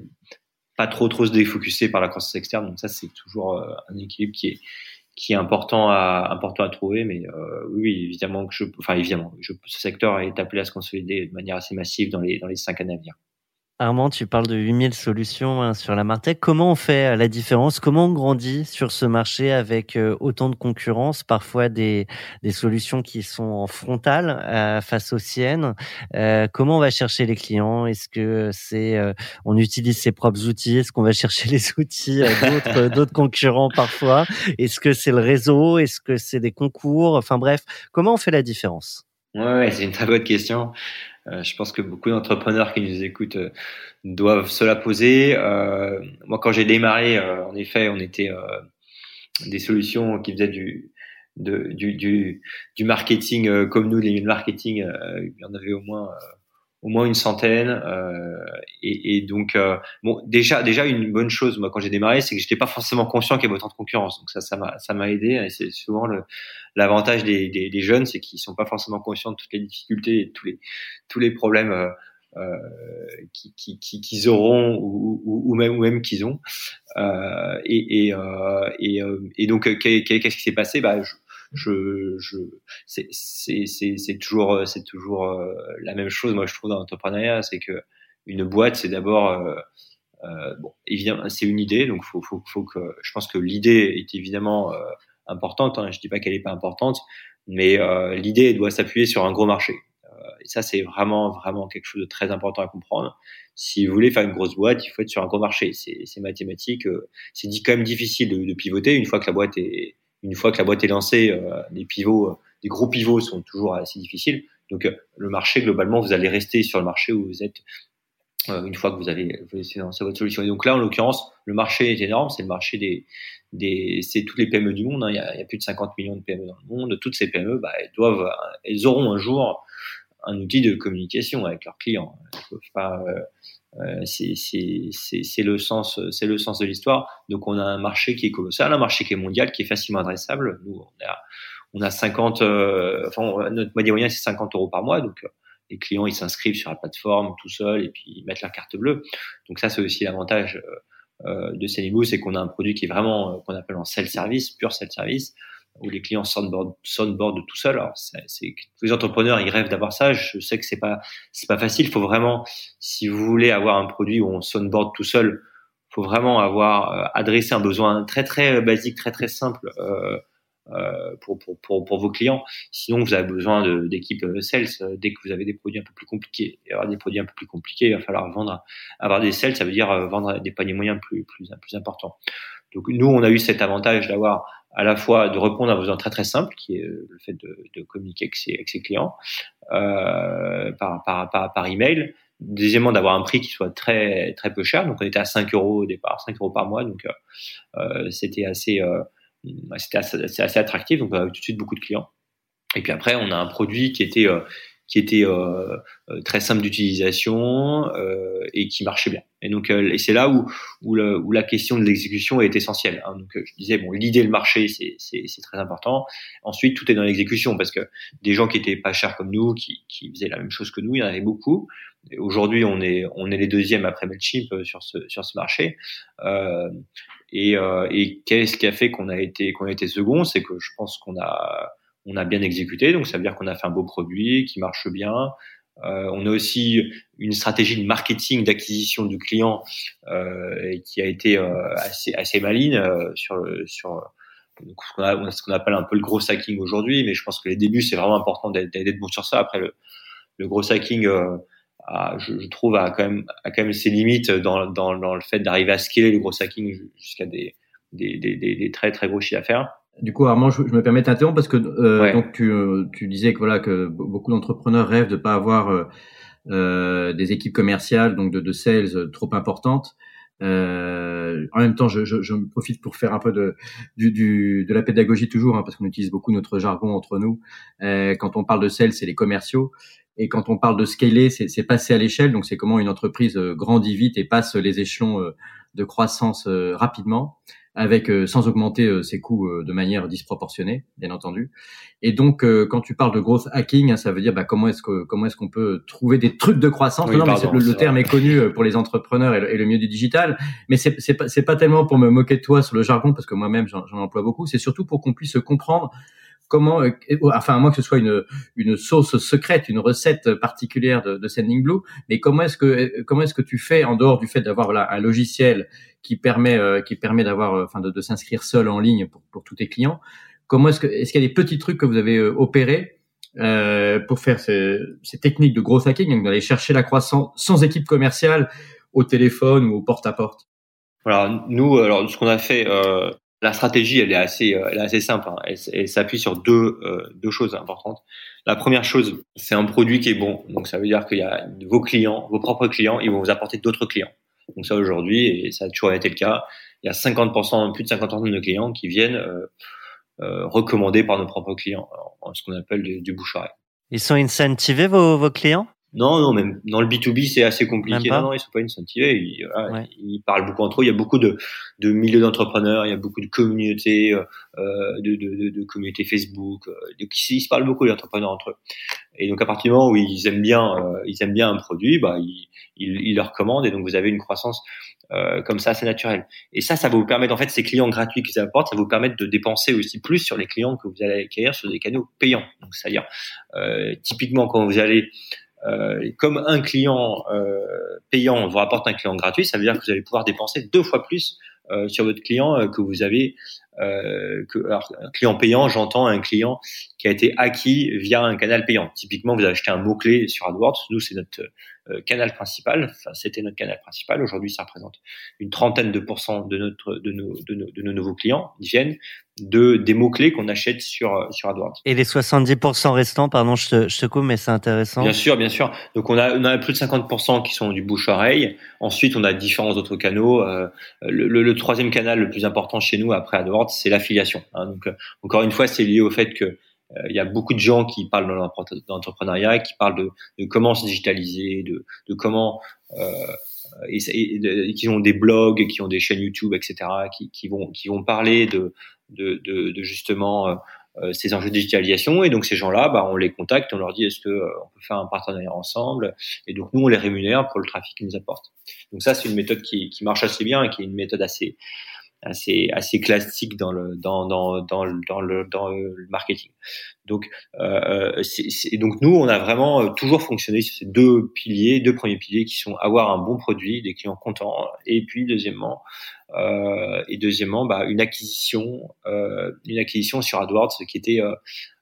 pas trop trop se défocuser par la croissance externe. Donc ça, c'est toujours euh, un équilibre qui est qui est important à important à trouver. Mais euh, oui, évidemment que je, enfin évidemment, je, ce secteur est appelé à se consolider de manière assez massive dans les dans les cinq années à venir. Armand, tu parles de huit mille solutions hein, sur la Martech. Comment on fait la différence? Comment on grandit sur ce marché avec euh, autant de concurrence, parfois des, des solutions qui sont en frontale euh, face aux siennes? euh, Comment on va chercher les clients? Est-ce que c'est euh, on utilise ses propres outils? Est-ce qu'on va chercher les outils euh, d'autres, d'autres concurrents parfois? Est-ce que c'est le réseau? Est-ce que c'est des concours? Enfin bref, comment on fait la différence? Ouais, c'est une très bonne question. Euh, je pense que beaucoup d'entrepreneurs qui nous écoutent euh, doivent se la poser. Euh, moi, quand j'ai démarré, euh, en effet, on était euh, des solutions qui faisaient du de, du, du du marketing euh, comme nous, les marketing. Euh, il y en avait au moins euh, au moins une centaine. Euh, et, et donc, euh, bon, déjà déjà une bonne chose, moi, quand j'ai démarré, c'est que j'étais pas forcément conscient qu'il y avait autant de concurrence. Donc ça, ça m'a ça m'a aidé. Et c'est souvent le l'avantage des, des, des jeunes, c'est qu'ils sont pas forcément conscients de toutes les difficultés et tous les tous les problèmes euh, euh, qu'ils, qu'ils, qu'ils auront ou, ou, ou même ou même qu'ils ont. Euh, et et, euh, et, euh, et donc qu'est-ce qui s'est passé? Bah, je, je, je c'est c'est c'est c'est toujours c'est toujours euh, la même chose. Moi, je trouve, dans l'entrepreneuriat, c'est que une boîte, c'est d'abord euh, euh, bon, évidemment, c'est une idée. Donc, faut faut faut que je pense que l'idée est évidemment euh, importante, hein. Je dis pas qu'elle est pas importante, mais euh, l'idée doit s'appuyer sur un gros marché. Euh, et ça, c'est vraiment, vraiment quelque chose de très important à comprendre. Si vous voulez faire une grosse boîte, il faut être sur un gros marché. C'est, c'est mathématique. Euh, c'est dit quand même difficile de, de pivoter une fois que la boîte est, une fois que la boîte est lancée. Euh, les pivots, euh, les gros pivots sont toujours assez difficiles. Donc, euh, le marché, globalement, vous allez rester sur le marché où vous êtes euh, une fois que vous avez, vous avez lancé votre solution. Et donc là, en l'occurrence, le marché est énorme. C'est le marché des Des, c'est toutes les P M E du monde, hein. Il y a, il y a plus de cinquante millions de P M E dans le monde. Toutes ces P M E, bah, elles doivent, elles auront un jour un outil de communication avec leurs clients. Elles peuvent pas, euh, c'est, c'est, c'est, c'est le sens, c'est le sens de l'histoire. Donc, on a un marché qui est colossal, un marché qui est mondial, qui est facilement adressable. Nous, on a, on a cinquante, euh, enfin, notre moyen moyen, c'est cinquante euros par mois. Donc, les clients, ils s'inscrivent sur la plateforme tout seuls et puis ils mettent leur carte bleue. Donc, ça, c'est aussi l'avantage euh, Euh, de Sendinblue, c'est qu'on a un produit qui est vraiment euh, qu'on appelle en self-service, pur self-service, où les clients soundboard, soundboard tout seuls. Alors, c'est, c'est tous les entrepreneurs, ils rêvent d'avoir ça. Je sais que c'est pas c'est pas facile. Il faut vraiment, si vous voulez avoir un produit où on soundboard tout seul, faut vraiment avoir euh, adressé un besoin très très basique, très très simple euh, euh, pour, pour pour pour vos clients. Sinon, vous avez besoin de, d'équipes sales. Dès que vous avez des produits un peu plus compliqués, et avoir des produits un peu plus compliqués, il va falloir vendre. Avoir des sales, ça veut dire vendre des paniers moyens plus plus plus importants. Donc nous, on a eu cet avantage d'avoir à la fois de répondre à un besoin très très simple, qui est le fait de, de communiquer avec ses, avec ses clients euh, par par par par email. Deuxièmement, d'avoir un prix qui soit très très peu cher. Donc on était à cinq euros au départ, cinq euros par mois. Donc euh, c'était assez euh, c'était assez, assez, assez attractif, donc on a eu tout de suite beaucoup de clients. Et puis après, on a un produit qui était euh, qui était euh, très simple d'utilisation euh, et qui marchait bien. Et donc, euh, et c'est là où où, le, où la question de l'exécution est essentielle. Hein. Donc, je disais bon, l'idée, le marché, c'est c'est c'est très important. Ensuite, tout est dans l'exécution, parce que des gens qui étaient pas chers comme nous, qui qui faisaient la même chose que nous, il y en avait beaucoup. Et aujourd'hui, on est on est les deuxièmes après Mailchimp sur ce sur ce marché. Euh, et euh, et qu'est-ce qui a fait qu'on a été qu'on a été second, c'est que je pense qu'on a on a bien exécuté, donc ça veut dire qu'on a fait un beau produit qui marche bien. Euh, on a aussi une stratégie de marketing, d'acquisition de clients euh, qui a été euh, assez assez maligne euh, sur sur donc, ce qu'on a, ce qu'on appelle un peu le gros hacking aujourd'hui. Mais je pense que les débuts, c'est vraiment important d'être, d'être bon sur ça. Après, le, le gros hacking, euh, a, je, je trouve, a quand même a quand même ses limites dans dans dans le fait d'arriver à scaler le gros hacking jusqu'à des des des des, des très très gros chiffres d'affaires. Du coup, Armand, je, je me permets de t'interrompre parce que euh, Ouais. donc tu, tu disais que voilà que beaucoup d'entrepreneurs rêvent de pas avoir euh, euh, des équipes commerciales, donc de, de sales trop importantes. Euh, en même temps, je, je, je profite pour faire un peu de du, du de la pédagogie toujours, hein, parce qu'on utilise beaucoup notre jargon entre nous. Euh, quand on parle de sales, c'est les commerciaux, et quand on parle de scaler, c'est, c'est passer à l'échelle. Donc, c'est comment une entreprise grandit vite et passe les échelons de croissance rapidement, avec euh, sans augmenter euh, ses coûts euh, de manière disproportionnée, bien entendu. Et donc, euh, quand tu parles de growth hacking, hein, ça veut dire bah, comment est-ce que comment est-ce qu'on peut trouver des trucs de croissance. Oui, non, pardon, mais le, le terme vrai. est connu pour les entrepreneurs et le, et le milieu du digital, mais c'est c'est pas c'est pas tellement pour me moquer de toi sur le jargon parce que moi-même j'en, j'en emploie beaucoup. C'est surtout pour qu'on puisse comprendre comment, euh, enfin à moins que ce soit une une sauce secrète, une recette particulière de, de Sending Blue, mais comment est-ce que comment est-ce que tu fais en dehors du fait d'avoir voilà un logiciel qui permet euh, qui permet d'avoir euh, enfin de, de s'inscrire seul en ligne pour pour tous tes clients. Comment est-ce que est-ce qu'il y a des petits trucs que vous avez euh, opérés euh, pour faire ces, ces techniques de growth hacking, donc d'aller chercher la croissance sans équipe commerciale au téléphone ou au porte-à-porte? Voilà, nous, alors ce qu'on a fait, euh, la stratégie, elle est assez, euh, elle est assez simple. Hein. Elle, elle s'appuie sur deux, euh, deux choses importantes. La première chose, c'est un produit qui est bon. Donc ça veut dire qu'il y a vos clients, vos propres clients, ils vont vous apporter d'autres clients. Donc ça aujourd'hui, et ça a toujours été le cas, il y a cinquante pour cent, plus de cinquante pour cent de nos clients qui viennent euh, euh, recommandés par nos propres clients, en ce qu'on appelle du, du bouche-oreille. Ils sont incentivés, vos, vos clients? Non, non, même dans le B deux B, c'est assez Même compliqué. pas? Non, non, ils sont pas incentivés. Ils, voilà, Ouais. ils parlent beaucoup entre eux. Il y a beaucoup de, de milieux d'entrepreneurs. Il y a beaucoup de communautés, euh, de, de, de, de communautés Facebook. Euh, donc ils se parlent beaucoup les entrepreneurs entre eux. Et donc à partir du moment où ils aiment bien, euh, ils aiment bien un produit, bah ils, ils, ils le recommandent. Et donc vous avez une croissance euh, comme ça, assez naturelle. Et ça, ça va vous permettre, en fait, ces clients gratuits qu'ils apportent, ça va vous permettre de dépenser aussi plus sur les clients que vous allez acquérir sur des canaux payants. Donc c'est-à-dire, euh, typiquement quand vous allez Euh, comme un client euh, payant vous rapporte un client gratuit, ça veut dire que vous allez pouvoir dépenser deux fois plus euh, sur votre client euh, que vous avez. Euh, que, alors, un client payant, j'entends un client qui a été acquis via un canal payant. Typiquement, vous avez acheté un mot-clé sur AdWords. Nous, c'est notre euh, canal principal. Enfin, c'était notre canal principal. Aujourd'hui, ça représente une trentaine de pourcents de notre, de nos, de nos, de nos nouveaux clients. Ils viennent de des mots-clés qu'on achète sur sur AdWords. Et les soixante-dix pour cent restants, pardon, je te, je te coupe, mais c'est intéressant. Bien sûr, bien sûr. Donc on a on a plus de cinquante pour cent qui sont du bouche-oreille. Ensuite, on a différents autres canaux. Euh, le, le, le troisième canal le plus important chez nous après AdWords, c'est l'affiliation. Hein. Donc euh, encore une fois, c'est lié au fait que euh, il y a beaucoup de gens qui parlent dans l'entrepreneuriat, qui parlent de, de comment se digitaliser, de, de comment euh, et, et, et qui ont des blogs, qui ont des chaînes YouTube, et cetera, qui, qui vont qui vont parler de de, de, de justement euh, ces enjeux de digitalisation. Et donc ces gens-là, bah, on les contacte, on leur dit est-ce que euh, on peut faire un partenariat ensemble. Et donc nous, on les rémunère pour le trafic qu'ils nous apportent. Donc ça, c'est une méthode qui, qui marche assez bien et qui est une méthode assez assez assez classique dans le dans dans dans le dans le dans le marketing. Donc euh, c'est, c'est, donc nous on a vraiment toujours fonctionné sur ces deux piliers, deux premiers piliers qui sont avoir un bon produit, des clients contents, et puis deuxièmement euh, et deuxièmement bah une acquisition euh, une acquisition sur AdWords qui était euh,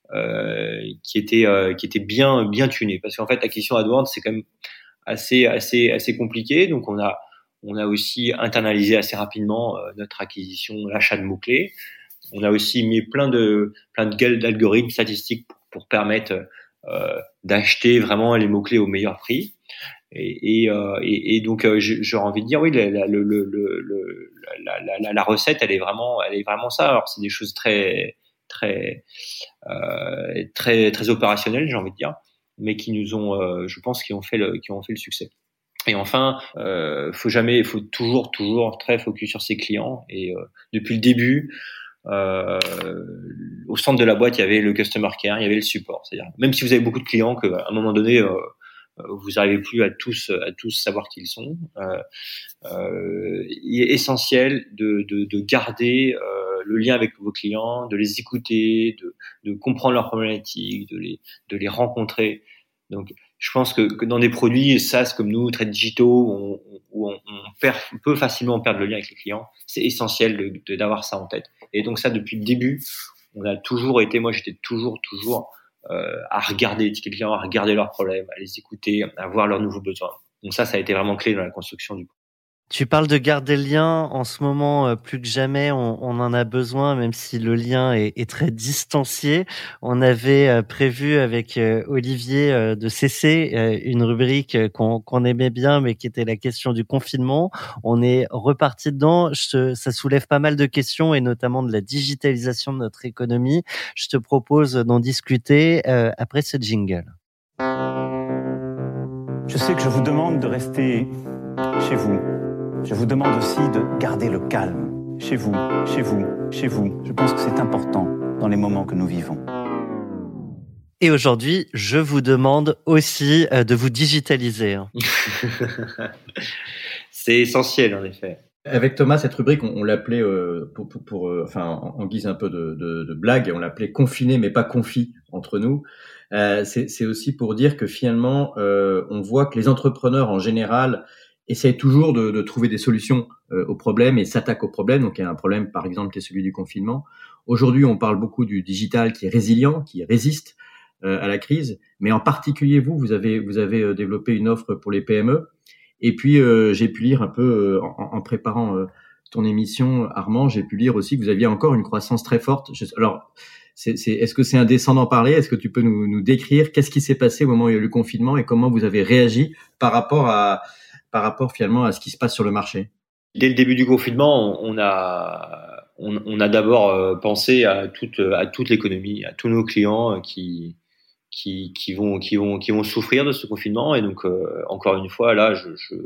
euh, qui était euh, qui était bien bien tunée, parce qu'en fait l'acquisition AdWords c'est quand même assez assez assez compliqué. Donc on a On a aussi internalisé assez rapidement euh, notre acquisition, l'achat de mots-clés. On a aussi mis plein de plein de d'algorithmes statistiques pour, pour permettre euh, d'acheter vraiment les mots-clés au meilleur prix. Et, et, euh, et, et donc euh, j'aurais envie de dire oui, la, la, le, le, le, la, la, la, la recette, elle est vraiment, elle est vraiment ça. Alors c'est des choses très très euh, très très opérationnelles, j'ai envie de dire, mais qui nous ont, euh, je pense, qui ont fait le qui ont fait le succès. Et enfin, euh, faut jamais, faut toujours, toujours très focus sur ses clients. Et euh, depuis le début, euh, au centre de la boîte, il y avait le customer care, il y avait le support. C'est-à-dire, même si vous avez beaucoup de clients, qu'à un moment donné, euh, vous n'arrivez plus à tous, à tous savoir qui ils sont. Euh, euh, il est essentiel de, de, de garder euh, le lien avec vos clients, de les écouter, de, de comprendre leurs problématiques, de les, de les rencontrer. Donc, je pense que, que dans des produits SaaS comme nous, très digitaux, où on, où on, on, perd, on peut facilement perdre le lien avec les clients, c'est essentiel de, de, d'avoir ça en tête. Et donc ça, depuis le début, on a toujours été, moi j'étais toujours, toujours euh, à regarder les tickets clients, à regarder leurs problèmes, à les écouter, à voir leurs nouveaux besoins. Donc ça, ça a été vraiment clé dans la construction du Tu parles de garder le lien. En ce moment, euh, plus que jamais, on, on en a besoin, même si le lien est, est très distancié. On avait euh, prévu avec euh, Olivier euh, de cesser euh, une rubrique euh, qu'on, qu'on aimait bien, mais qui était la question du confinement. On est reparti dedans. Je te, ça soulève pas mal de questions, et notamment de la digitalisation de notre économie. Je te propose d'en discuter euh, après ce jingle. Je sais que je vous demande de rester chez vous. Je vous demande aussi de garder le calme. Chez vous, chez vous, chez vous. Je pense que c'est important dans les moments que nous vivons. Et aujourd'hui, je vous demande aussi euh, de vous digitaliser. C'est essentiel, en effet. Avec Thomas, cette rubrique, on, on l'appelait, euh, pour, pour, pour euh, enfin, en, en guise un peu de, de, de blague, on l'appelait confiné mais pas confi entre nous. Euh, c'est, c'est aussi pour dire que finalement, euh, on voit que les entrepreneurs en général essayent toujours de, de trouver des solutions euh, aux problèmes et s'attaquent aux problèmes. Donc, il y a un problème, par exemple, qui est celui du confinement. Aujourd'hui, on parle beaucoup du digital qui est résilient, qui résiste euh, à la crise. Mais en particulier, vous, vous avez, vous avez euh, développé une offre pour les P M E. Et puis, euh, j'ai pu lire un peu, euh, en, en préparant euh, ton émission, Armand, j'ai pu lire aussi que vous aviez encore une croissance très forte. Je, alors, c'est, c'est, est-ce que c'est indécent d'en parler ? Est-ce que tu peux nous, nous décrire qu'est-ce qui s'est passé au moment où il y a eu le confinement et comment vous avez réagi par rapport à par rapport finalement à ce qui se passe sur le marché ? Dès le début du confinement, on a, on, on a d'abord pensé à toute, à toute l'économie, à tous nos clients qui, qui, qui vont, qui vont, qui vont souffrir de ce confinement. Et donc, euh, encore une fois, là, je, je,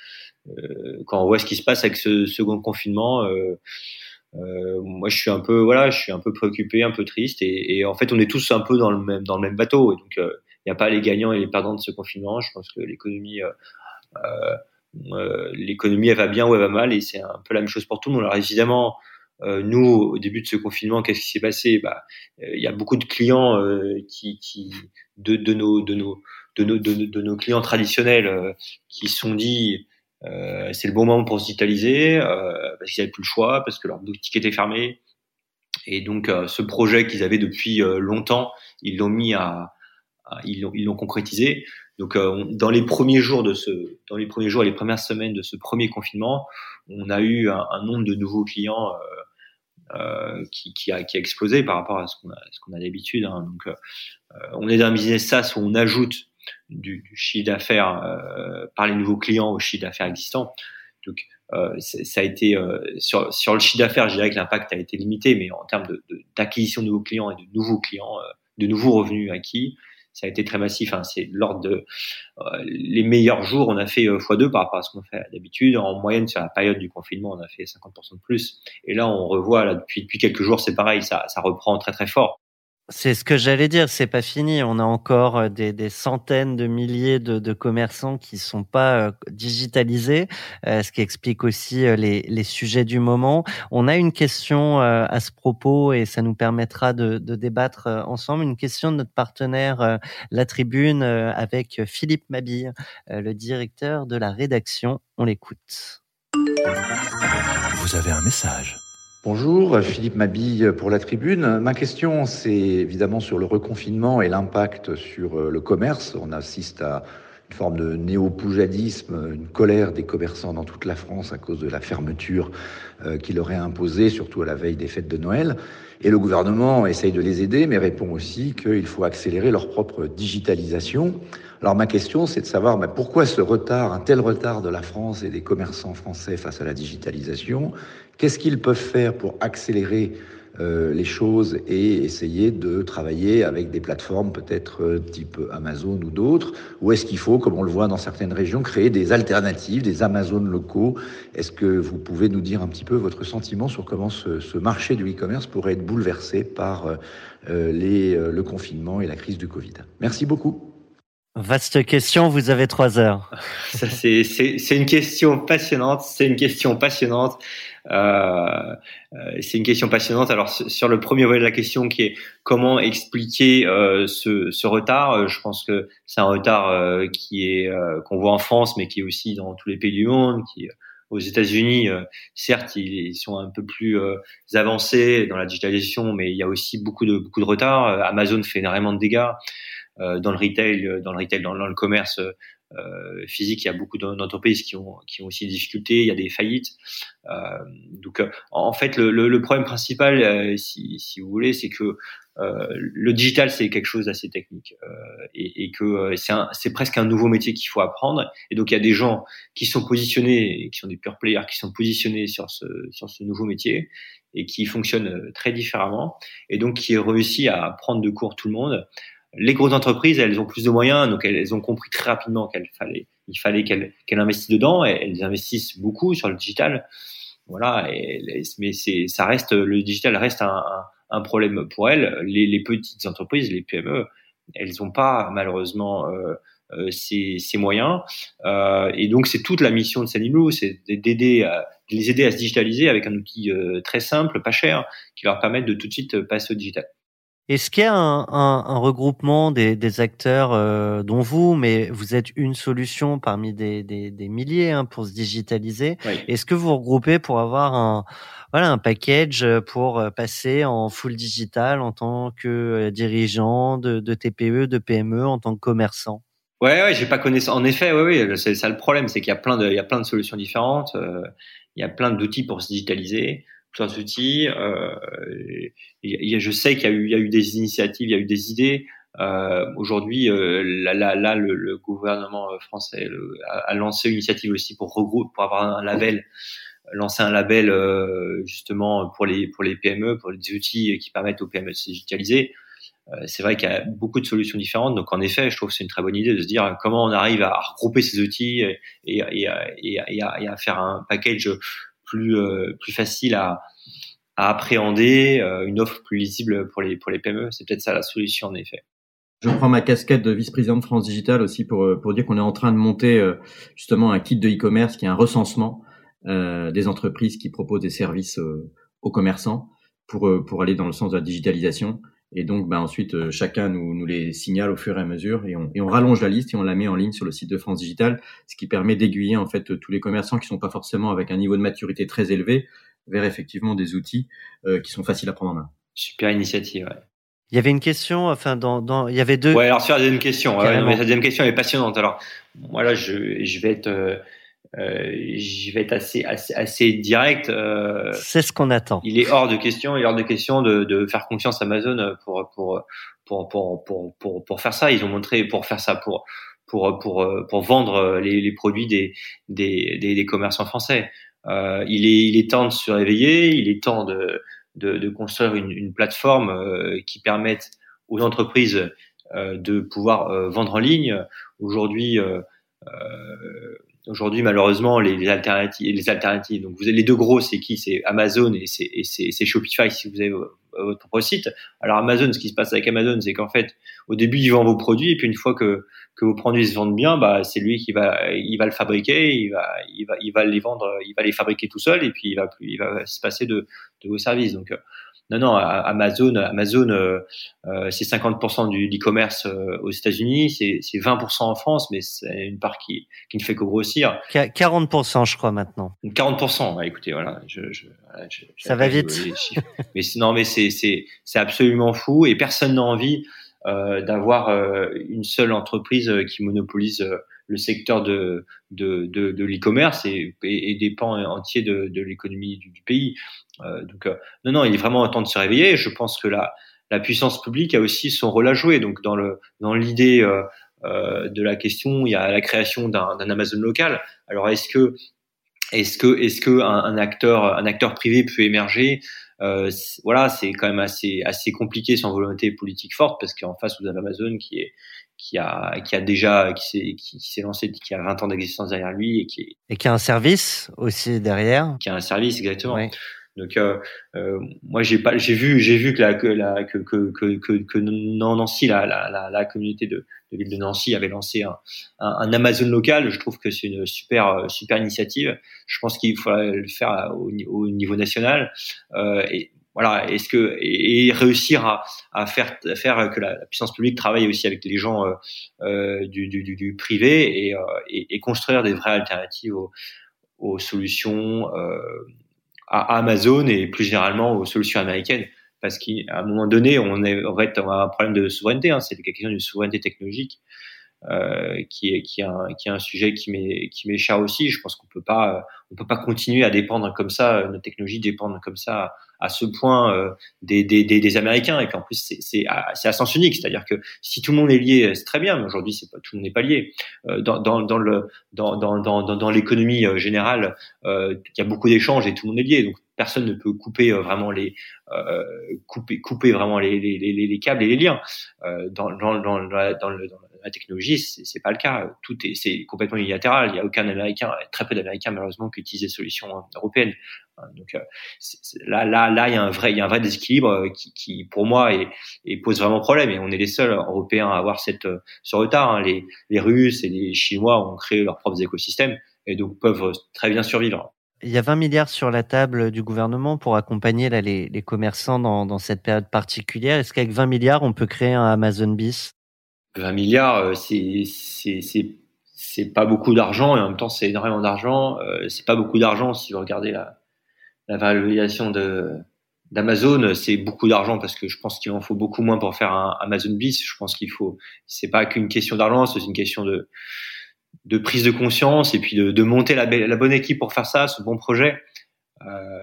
euh, quand on voit ce qui se passe avec ce second confinement, euh, euh, moi, je suis un peu, voilà, je suis un peu préoccupé, un peu triste. Et, et en fait, on est tous un peu dans le même, dans le même bateau. Et donc, il euh, n'y a pas les gagnants et les perdants de ce confinement. Je pense que l'économie, euh, Euh, euh, l'économie elle va bien ou elle va mal, et c'est un peu la même chose pour tout le monde. Alors évidemment, euh, nous au début de ce confinement, qu'est-ce qui s'est passé ? Bah, il euh, y a beaucoup de clients euh, qui, qui de, de nos de nos de nos de, de nos clients traditionnels euh, qui se sont dit euh, c'est le bon moment pour se digitaliser euh, parce qu'ils n'avaient plus le choix, parce que leur boutique était fermée, et donc euh, ce projet qu'ils avaient depuis euh, longtemps, ils l'ont mis à, à ils l'ont ils l'ont concrétisé. Donc, euh, on, dans les premiers jours de ce, dans les premiers jours et les premières semaines de ce premier confinement, on a eu un, un nombre de nouveaux clients euh, euh, qui, qui, a, qui a explosé par rapport à ce qu'on a, ce qu'on a d'habitude. Hein. Donc, euh, on est dans un business SaaS où on ajoute du, du chiffre d'affaires euh, par les nouveaux clients au chiffre d'affaires existant. Donc, euh, ça a été euh, sur, sur le chiffre d'affaires, je dirais que l'impact a été limité, mais en termes de, de, d'acquisition de nouveaux clients et de nouveaux clients, euh, de nouveaux revenus acquis, ça a été très massif. Hein. C'est l'ordre de euh, les meilleurs jours, on a fait euh, fois deux par rapport à ce qu'on fait d'habitude. En moyenne, sur la période du confinement, on a fait cinquante pour cent de plus. Et là, on revoit là depuis depuis quelques jours, c'est pareil, ça ça reprend très très fort. C'est ce que j'allais dire, c'est pas fini. On a encore des, des centaines de milliers de, de commerçants qui sont pas euh, digitalisés, euh, ce qui explique aussi euh, les, les sujets du moment. On a une question euh, à ce propos et ça nous permettra de, de débattre euh, ensemble. Une question de notre partenaire euh, La Tribune euh, avec Philippe Mabille, euh, le directeur de la rédaction. On l'écoute. Vous avez un message. Bonjour, Philippe Mabille pour La Tribune. Ma question, c'est évidemment sur le reconfinement et l'impact sur le commerce. On assiste à une forme de néo-poujadisme, une colère des commerçants dans toute la France à cause de la fermeture euh, qui leur est imposée, surtout à la veille des fêtes de Noël. Et le gouvernement essaye de les aider, mais répond aussi qu'il faut accélérer leur propre digitalisation. Alors ma question, c'est de savoir ben, pourquoi ce retard, un tel retard de la France et des commerçants français face à la digitalisation. Qu'est-ce qu'ils peuvent faire pour accélérer euh, les choses et essayer de travailler avec des plateformes peut-être euh, type Amazon ou d'autres? Ou est-ce qu'il faut, comme on le voit dans certaines régions, créer des alternatives, des Amazon locaux? Est-ce que vous pouvez nous dire un petit peu votre sentiment sur comment ce, ce marché du e-commerce pourrait être bouleversé par euh, les, euh, le confinement et la crise du Covid? Merci beaucoup. Vaste question, vous avez trois heures. Ça, c'est, c'est, c'est une question passionnante. C'est une question passionnante. Euh, euh, c'est une question passionnante. Alors, sur le premier volet de la question, qui est comment expliquer euh, ce, ce retard, euh, je pense que c'est un retard euh, qui est euh, qu'on voit en France, mais qui est aussi dans tous les pays du monde. Qui, aux États-Unis, euh, certes, ils, ils sont un peu plus euh, avancés dans la digitalisation, mais il y a aussi beaucoup de beaucoup de retard. Amazon fait énormément de dégâts. Euh, dans le retail, dans le retail, dans, dans le commerce, euh, euh, physique. Il y a beaucoup d'entreprises qui ont qui ont aussi des difficultés. Il y a des faillites. Euh, donc, euh, en fait, le, le, le problème principal, euh, si, si vous voulez, c'est que euh, le digital, c'est quelque chose d'assez technique euh, et, et que euh, c'est, un, c'est presque un nouveau métier qu'il faut apprendre. Et donc, il y a des gens qui sont positionnés, qui sont des pure players, qui sont positionnés sur ce sur ce nouveau métier et qui fonctionnent très différemment. Et donc, qui réussit à prendre de court tout le monde. Les grosses entreprises, elles ont plus de moyens, donc elles, elles ont compris très rapidement qu'il fallait, il fallait qu'elles, qu'elles investissent dedans. Et elles investissent beaucoup sur le digital. Voilà, et, mais c'est, ça reste, le digital reste un, un, un problème pour elles. Les, les petites entreprises, les P M E, elles n'ont pas malheureusement euh, euh, ces, ces moyens. Euh, et donc c'est toute la mission de Sending Blue, c'est d'aider, à, de les aider à se digitaliser avec un outil euh, très simple, pas cher, qui leur permette de tout de suite passer au digital. Est-ce qu'il y a un, un, un regroupement des, des acteurs euh, dont vous, mais vous êtes une solution parmi des, des, des milliers hein, pour se digitaliser. Oui. Est-ce que vous regroupez pour avoir un, voilà, un package pour passer en full digital en tant que dirigeant de, de T P E, de P M E, en tant que commerçant? Ouais, ouais, j'ai pas connaissance. En effet, oui, oui, c'est ça le problème, c'est qu'il y a plein de, il y a plein de solutions différentes. Euh, il y a plein d'outils pour se digitaliser. Plein d'outils. Euh, il y a, je sais qu'il y a eu, il y a eu des initiatives, il y a eu des idées. Euh, aujourd'hui, euh, là, là, là, le, le gouvernement français le, a, a lancé une initiative aussi pour regrouper, pour avoir un label, lancer un label euh, justement pour les pour les P M E, pour les outils qui permettent aux P M E de se digitaliser. Euh, c'est vrai qu'il y a beaucoup de solutions différentes. Donc en effet, je trouve que c'est une très bonne idée de se dire comment on arrive à regrouper ces outils et, et, et, et, et, à, et à faire un package plus euh, plus facile à à appréhender, euh, une offre plus lisible pour les pour les P M E. C'est peut-être ça la solution en effet. Je prends ma casquette de vice-président de France Digital aussi pour pour dire qu'on est en train de monter euh, justement un kit de e-commerce qui est un recensement euh, des entreprises qui proposent des services euh, aux commerçants pour euh, pour aller dans le sens de la digitalisation. Et donc, ben ensuite, euh, chacun nous, nous les signale au fur et à mesure et on, et on rallonge la liste et on la met en ligne sur le site de France Digital, ce qui permet d'aiguiller en fait tous les commerçants qui sont pas forcément avec un niveau de maturité très élevé vers effectivement des outils euh, qui sont faciles à prendre en main. Super initiative, ouais. Il y avait une question, enfin, dans, dans, il y avait deux. Ouais, alors sur la deuxième question, ouais, non, mais la deuxième question elle est passionnante. Alors, moi là, je, je vais être, euh, je vais être assez, assez, assez direct. Euh, C'est ce qu'on attend. Il est hors de question, il est hors de question de, de faire confiance à Amazon pour, pour, pour, pour, pour, pour, pour faire ça. Ils ont montré pour faire ça, pour, pour, pour, pour vendre les, les produits des, des, des, des commerçants français. Euh, il est, il est temps de se réveiller. Il est temps de, de, de construire une, une plateforme euh, qui permette aux entreprises euh, de pouvoir euh, vendre en ligne. Aujourd'hui, euh, euh, aujourd'hui malheureusement, les, les alternatives, les alternatives. Donc, vous avez les deux gros, c'est qui? C'est Amazon et c'est, et c'est, c'est Shopify si vous avez votre propre site. Alors Amazon, ce qui se passe avec Amazon, c'est qu'en fait, au début, il vend vos produits et puis une fois que que vos produits se vendent bien, bah c'est lui qui va, il va le fabriquer, il va, il va, il va les vendre, il va les fabriquer tout seul et puis il va, il va se passer de de vos services. Donc euh, non, non, Amazon, Amazon, euh, euh, c'est cinquante pour cent du e-commerce euh, aux États-Unis, c'est, c'est vingt pour cent en France, mais c'est une part qui, qui ne fait que grossir. quarante pour cent, je crois, maintenant. quarante pour cent, ouais, écoutez, voilà, je, je, je, je ça va vite. Mais non, mais c'est, c'est, c'est absolument fou et personne n'a envie euh, d'avoir euh, une seule entreprise qui monopolise euh, le secteur de, de, de, de l'e-commerce et, et, et des pans entiers de, de l'économie du, du pays. Euh, donc, euh, non, non, il est vraiment temps de se réveiller. Je pense que la, la puissance publique a aussi son rôle à jouer. Donc, dans le, dans l'idée euh, euh, de la question, il y a la création d'un, d'un Amazon local. Alors, est-ce que, est-ce que, est-ce que un, un acteur, un acteur privé peut émerger? Euh, c'est, voilà, c'est quand même assez, assez compliqué sans volonté politique forte parce qu'en face vous avez Amazon qui est, qui a, qui a déjà, qui s'est, qui, qui s'est lancé, qui a vingt ans d'existence derrière lui et qui est, et qui a un service aussi derrière. Qui a un service exactement. Oui. Donc euh, euh, moi j'ai pas, j'ai vu, j'ai vu que la, que la, que que que que, que Nancy, la, la la la communauté de, de l'île de Nancy avait lancé un, un, un Amazon local. Je trouve que c'est une super super initiative. Je pense qu'il faut le faire au, au niveau national. Euh, et voilà, est-ce que et, et réussir à, à faire à faire que la, la puissance publique travaille aussi avec les gens euh, euh, du, du, du, du privé et, euh, et, et construire des vraies alternatives aux, aux solutions. Euh, à Amazon et plus généralement aux solutions américaines, parce qu'à un moment donné, on est en fait on a un problème de souveraineté, hein, c'est la question d'une souveraineté technologique. euh, qui est qui est un qui est un sujet qui m'est qui m'est cher aussi. Je pense qu'on peut pas on peut pas continuer à dépendre comme ça, notre technologie dépendre comme ça à, à ce point euh, des, des des des Américains. Et puis en plus c'est c'est à, c'est à sens unique, c'est-à-dire que si tout le monde est lié, c'est très bien, mais aujourd'hui c'est pas tout le monde n'est pas lié. Euh, dans dans dans le dans dans dans dans, dans l'économie générale, euh, il y a beaucoup d'échanges et tout le monde est lié, donc personne ne peut couper euh, vraiment les euh, couper couper vraiment les les les, les câbles et les liens. Euh, dans dans dans la, dans, le, dans la technologie, c'est, c'est pas le cas. Tout est c'est complètement unilatéral. Il y a aucun Américain, très peu d'Américains malheureusement qui utilisent des solutions européennes. Donc euh, c'est, c'est, là là là il y a un vrai il y a un vrai déséquilibre qui qui pour moi est, est pose vraiment problème. Et on est les seuls Européens à avoir cette ce retard. Hein. Les les Russes et les Chinois ont créé leurs propres écosystèmes et donc peuvent très bien survivre. Il y a vingt milliards sur la table du gouvernement pour accompagner là, les, les commerçants dans, dans cette période particulière. Est-ce qu'avec vingt milliards, on peut créer un Amazon bis ? vingt milliards, c'est, c'est, c'est, c'est pas beaucoup d'argent et en même temps, c'est énormément d'argent. Euh, c'est pas beaucoup d'argent si vous regardez la, la valorisation de, d'Amazon. C'est beaucoup d'argent parce que je pense qu'il en faut beaucoup moins pour faire un Amazon bis. Je pense qu'il faut, c'est pas qu'une question d'argent, c'est une question de, de prise de conscience et puis de, de monter la, la bonne équipe pour faire ça, ce bon projet. Euh,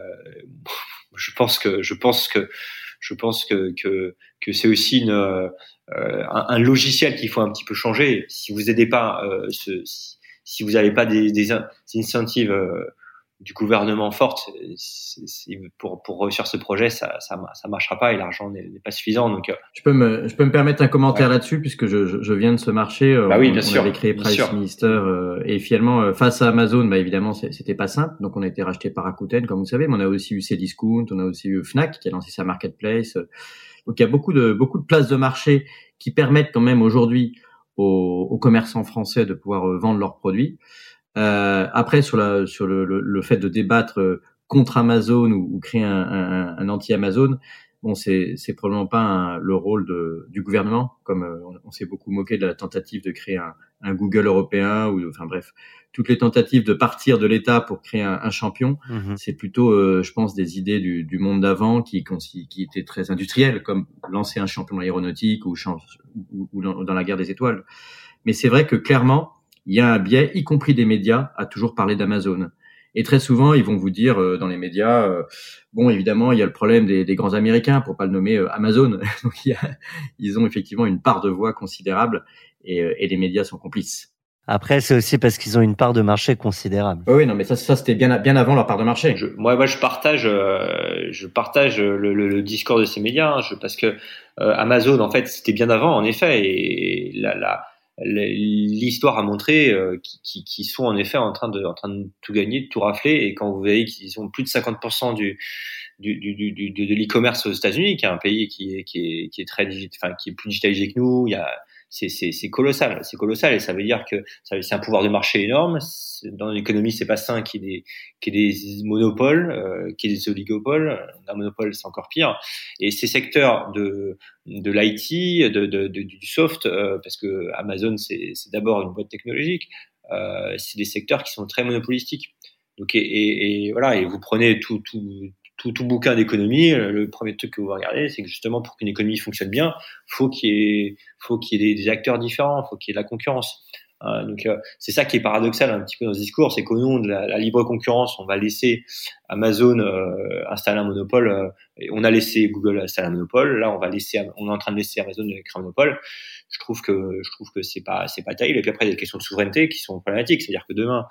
je pense que je pense que je pense que que que c'est aussi une, euh, un, un logiciel qu'il faut un petit peu changer. Si vous aidez pas, euh, ce, si, si vous n'avez pas des, des, des incentives euh, du gouvernement fortes, c'est, c'est, pour pour réussir ce projet, ça ça ça marchera pas et l'argent n'est, n'est pas suffisant. Donc euh, je peux me je peux me permettre un commentaire ouais. là-dessus puisque je, je je viens de ce marché. Bah oui, bien on, sûr. On avait créé Price Minister euh, et finalement euh, face à Amazon, bah évidemment c'était pas simple. Donc on a été racheté par Rakuten, comme vous savez, mais on a aussi eu Cdiscount, on a aussi eu Fnac qui a lancé sa marketplace. Donc il y a beaucoup de beaucoup de places de marché qui permettent quand même aujourd'hui aux, aux commerçants français de pouvoir euh, vendre leurs produits. Euh, après, sur, la, sur le, le, le fait de débattre contre Amazon ou, ou créer un, un, un anti-Amazon, bon, c'est, c'est probablement pas un, le rôle de, du gouvernement, comme euh, on, on s'est beaucoup moqué de la tentative de créer un, un Google européen, ou enfin bref, toutes les tentatives de partir de l'État pour créer un, un champion, mmh. c'est plutôt, euh, je pense, des idées du, du monde d'avant qui, qui étaient très industrielles, comme lancer un champion dans l'aéronautique ou, ou, ou dans, dans la guerre des étoiles. Mais c'est vrai que clairement, il y a un biais, y compris des médias, à toujours parler d'Amazon. Et très souvent, ils vont vous dire euh, dans les médias, euh, bon, évidemment, il y a le problème des, des grands Américains, pour pas le nommer euh, Amazon. Donc, il y a, ils ont effectivement une part de voix considérable et, et les médias sont complices. Après, c'est aussi parce qu'ils ont une part de marché considérable. Oui, non, mais ça, ça c'était bien, bien avant leur part de marché. Je, moi, moi, je partage, euh, je partage le, le, le discours de ces médias, hein, je, parce que euh, Amazon, en fait, c'était bien avant, en effet, et la, la l'histoire a montré euh, qu'ils, qu'ils sont en effet en train de, en train de tout gagner, de tout rafler. Et quand vous voyez qu'ils ont plus de cinquante pour cent du, du, du, du, du de l'e-commerce aux États-Unis, qui est un pays qui est, qui est, qui est très digit, enfin, qui est plus digitalisé que nous, il y a, c'est, c'est, c'est colossal, c'est colossal. Et ça veut dire que ça, c'est un pouvoir de marché énorme. Dans l'économie, c'est pas sain qu'il y ait des, qu'il y ait des monopoles, euh, qu'il y ait des oligopoles. Un monopole, c'est encore pire. Et ces secteurs de, de l'I T, de, de, de du soft, euh, parce que Amazon, c'est, c'est d'abord une boîte technologique. Euh, c'est des secteurs qui sont très monopolistiques. Donc, et, et, et voilà, et vous prenez tout, tout, tout, tout bouquin d'économie. Le premier truc que vous regardez, c'est que justement, pour qu'une économie fonctionne bien, faut qu'il y ait, faut qu'il y ait des, des acteurs différents, faut qu'il y ait de la concurrence. Euh, donc euh, c'est ça qui est paradoxal un petit peu dans ce discours, c'est qu'au nom de la, la libre concurrence, on va laisser Amazon euh, installer un monopole. Euh, et on a laissé Google installer un monopole. Là, on va laisser, on est en train de laisser Amazon créer un monopole. Je trouve que je trouve que c'est pas c'est pas terrible. Et puis après, il y a des questions de souveraineté qui sont problématiques. C'est-à-dire que demain,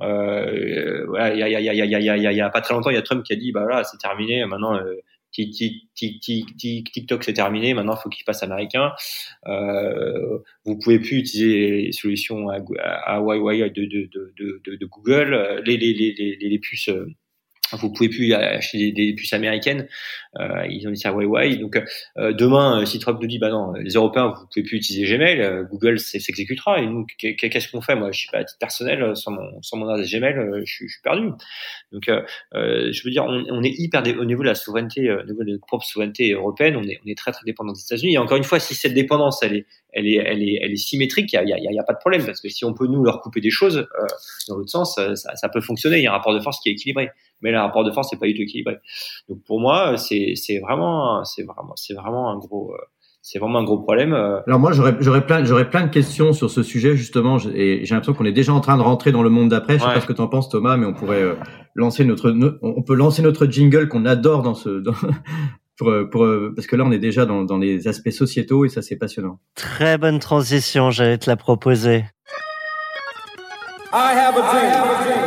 euh, voilà, il y a il y a il y a il y a il y a il y a pas très longtemps, il y a Trump qui a dit bah voilà, c'est terminé. Maintenant, euh, TikTok c'est terminé, maintenant il faut qu'il passe américain. Euh, vous pouvez plus utiliser les solutions à, à Huawei de, de, de, de, de Google, les, les, les, les, les puces. Vous pouvez plus acheter des, des puces américaines. Euh, ils ont dit ça à Huawei. Donc euh, demain, si Trump nous dit bah non, les Européens vous pouvez plus utiliser Gmail, euh, Google s'exécutera. Et nous, qu'est-ce qu'on fait? Moi, je suis pas à titre personnel, sans mon sans mon adresse Gmail, je, je suis perdu. Donc, euh, je veux dire, on, on est hyper dé- au niveau de la souveraineté, au niveau de notre propre souveraineté européenne, on est on est très très dépendant des États-Unis. Et encore une fois, si cette dépendance elle est elle est elle est elle est symétrique, il y a il y a, y a pas de problème parce que si on peut nous leur couper des choses euh, dans l'autre sens, ça, ça peut fonctionner. Il y a un rapport de force qui est équilibré. Mais le rapport de force c'est pas du tout équilibré. Donc pour moi, c'est c'est vraiment c'est vraiment c'est vraiment un gros c'est vraiment un gros problème. Alors moi, j'aurais, j'aurais plein, j'aurais plein de questions sur ce sujet justement, et j'ai l'impression qu'on est déjà en train de rentrer dans le monde d'après. Je sais Ouais. pas ce que tu en penses, Thomas, mais on pourrait euh, lancer notre, no- on peut lancer notre jingle qu'on adore dans ce, dans, pour, pour, parce que là, on est déjà dans, dans les aspects sociétaux et ça, c'est passionnant. Très bonne transition, j'allais te la proposer. I have a dream.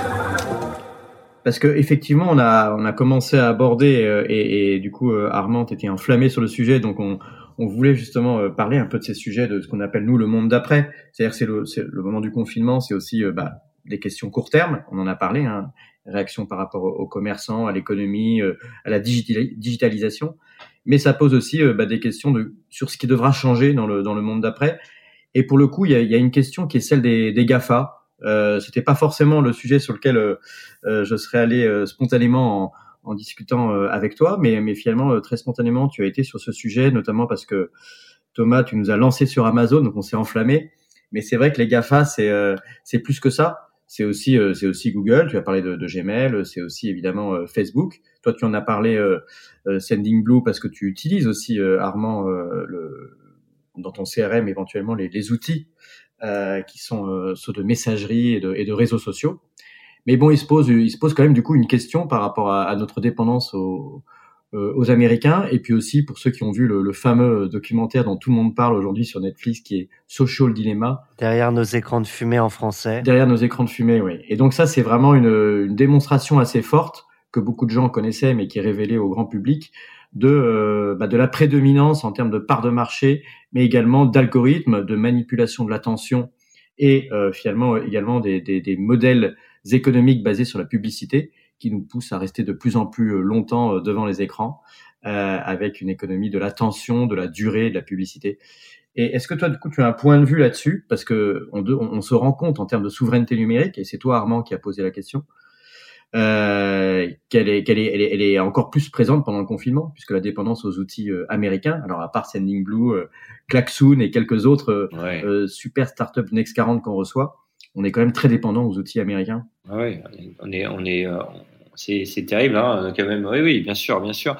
Parce que effectivement, on a, on a commencé à aborder euh, et, et du coup, euh, Armand était enflammé sur le sujet, donc on on voulait justement euh, parler un peu de ces sujets, de ce qu'on appelle nous le monde d'après. C'est-à-dire c'est le, c'est le moment du confinement, c'est aussi euh, bah, des questions court terme. On en a parlé, hein, réaction par rapport aux, aux commerçants, à l'économie, euh, à la digitali- digitalisation. Mais ça pose aussi euh, bah, des questions de sur ce qui devra changer dans le dans le monde d'après. Et pour le coup, il y a, il y a une question qui est celle des, des GAFA. Euh, c'était pas forcément le sujet sur lequel euh, euh, je serais allé euh, spontanément en en discutant euh, avec toi, mais, mais finalement, euh, très spontanément, tu as été sur ce sujet, notamment parce que Thomas, tu nous as lancé sur Amazon, donc on s'est enflammé. Mais c'est vrai que les GAFA, c'est euh, c'est plus que ça. C'est aussi euh, c'est aussi Google. Tu as parlé de, de Gmail, c'est aussi évidemment euh, Facebook. Toi, tu en as parlé euh, euh, Sending Blue parce que tu utilises aussi euh, Armand euh, le, dans ton C R M éventuellement les, les outils euh, qui sont euh, ceux de messagerie et de, et de réseaux sociaux. Mais bon, il se pose, il se pose quand même du coup une question par rapport à, à notre dépendance aux, euh, aux Américains, et puis aussi pour ceux qui ont vu le, le fameux documentaire dont tout le monde parle aujourd'hui sur Netflix, qui est Social Dilemma. Derrière nos écrans de fumée en français. Derrière nos écrans de fumée, oui. Et donc ça, c'est vraiment une, une démonstration assez forte que beaucoup de gens connaissaient, mais qui est révélée au grand public, de, euh, bah, de la prédominance en termes de part de marché, mais également d'algorithmes, de manipulation de l'attention, et euh, finalement également des, des, des modèles économiques basés sur la publicité qui nous poussent à rester de plus en plus longtemps devant les écrans euh, avec une économie de l'attention, de la durée, de la publicité. Et est-ce que toi, du coup, tu as un point de vue là-dessus? Parce que on, on, on se rend compte en termes de souveraineté numérique, et c'est toi, Armand, qui a posé la question, euh, qu'elle est, qu'elle est, elle est, elle est encore plus présente pendant le confinement, puisque la dépendance aux outils euh, américains, alors à part Sending Blue, euh, Klaxoon et quelques autres euh, Ouais. euh, super startups Next quarante qu'on reçoit, on est quand même très dépendant aux outils américains. Oui, on est, on est, euh, c'est, c'est terrible, hein, quand même. Oui, oui, bien sûr, bien sûr.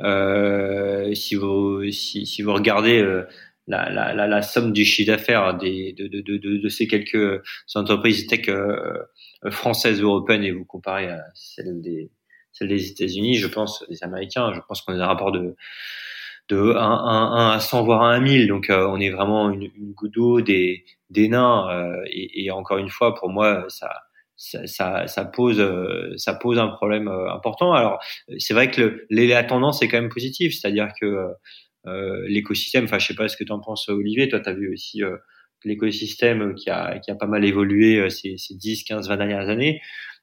Euh, si vous, si, si vous regardez euh, la, la, la, la somme du chiffre d'affaires des, de, de, de, de, de ces quelques entreprises tech euh, françaises ou européennes et vous comparez à celles des, celles des États-Unis, je pense, des Américains, je pense qu'on a un rapport de de un à cent voire un à mille, donc euh, on est vraiment une, une goutte d'eau des des nains euh, et, et encore une fois pour moi ça ça ça, ça pose euh, ça pose un problème euh, important. Alors c'est vrai que le, les, la tendance est quand même positive, c'est-à-dire que euh, l'écosystème, enfin je sais pas ce que tu en penses Olivier, toi tu as vu aussi euh, l'écosystème qui a qui a pas mal évolué euh, ces ces dix, quinze, vingt dernières années.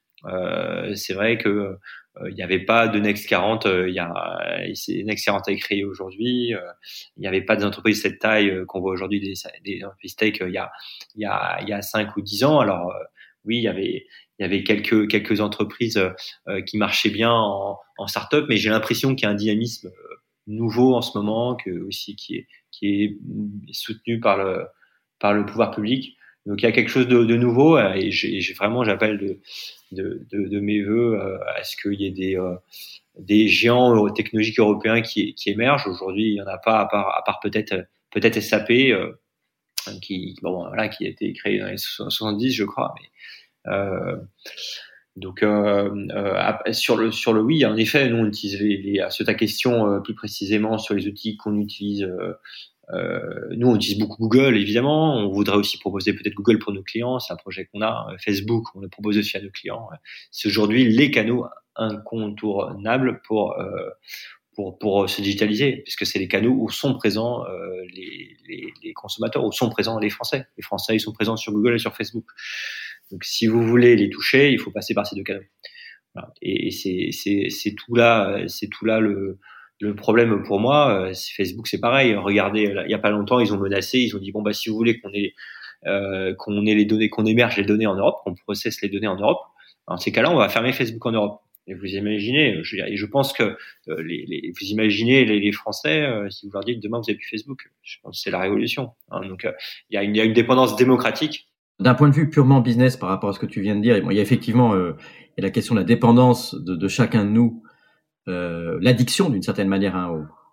Euh, c'est vrai que il euh, n'y avait pas de Next quarante, il euh, y a Next quarante a été créé aujourd'hui, il euh, n'y avait pas des entreprises de cette taille euh, qu'on voit aujourd'hui, des, des entreprises tech il euh, y a il y a il y a cinq ou dix ans. Alors euh, oui, il y avait il y avait quelques quelques entreprises euh, qui marchaient bien en, en start-up, mais j'ai l'impression qu'il y a un dynamisme euh, nouveau en ce moment, que aussi qui est qui est soutenu par le par le pouvoir public. Donc il y a quelque chose de, de nouveau et j'ai, j'ai vraiment j'appelle de, de, de, de mes voeux euh, à ce qu'il y ait des, euh, des géants technologiques européens qui, qui émergent. Aujourd'hui, il y en a pas à part, à part peut-être peut-être S A P euh, qui bon voilà qui a été créé dans les soixante-dix, je crois. Mais, euh, donc euh, euh, sur le sur le oui, en effet, nous on utilise les, les sur ta question euh, plus précisément sur les outils qu'on utilise. Euh, Euh, nous, on utilise beaucoup Google, évidemment. On voudrait aussi proposer peut-être Google pour nos clients. C'est un projet qu'on a. Facebook, on le propose aussi à nos clients. C'est aujourd'hui les canaux incontournables pour euh, pour pour se digitaliser, puisque c'est les canaux où sont présents euh, les, les les consommateurs, où sont présents les Français. Les Français, ils sont présents sur Google et sur Facebook. Donc, si vous voulez les toucher, il faut passer par ces deux canaux. Voilà. Et, et c'est c'est c'est tout là, c'est tout là le Le problème pour moi, c'est Facebook, c'est pareil. Regardez, il y a pas longtemps, ils ont menacé, ils ont dit bon bah si vous voulez qu'on ait euh, qu'on ait les données, qu'on émerge les données en Europe, qu'on processe les données en Europe, dans ces cas-là, on va fermer Facebook en Europe. Et vous imaginez, je, et je pense que euh, les, les, vous imaginez les, les Français, euh, si vous leur dites demain vous avez plus Facebook, je pense que c'est la révolution. Hein, donc euh, il y a une, il y a une dépendance démocratique. D'un point de vue purement business, par rapport à ce que tu viens de dire, bon, il y a effectivement euh, il y a la question de la dépendance de, de chacun de nous. Euh, l'addiction d'une certaine manière hein, aux,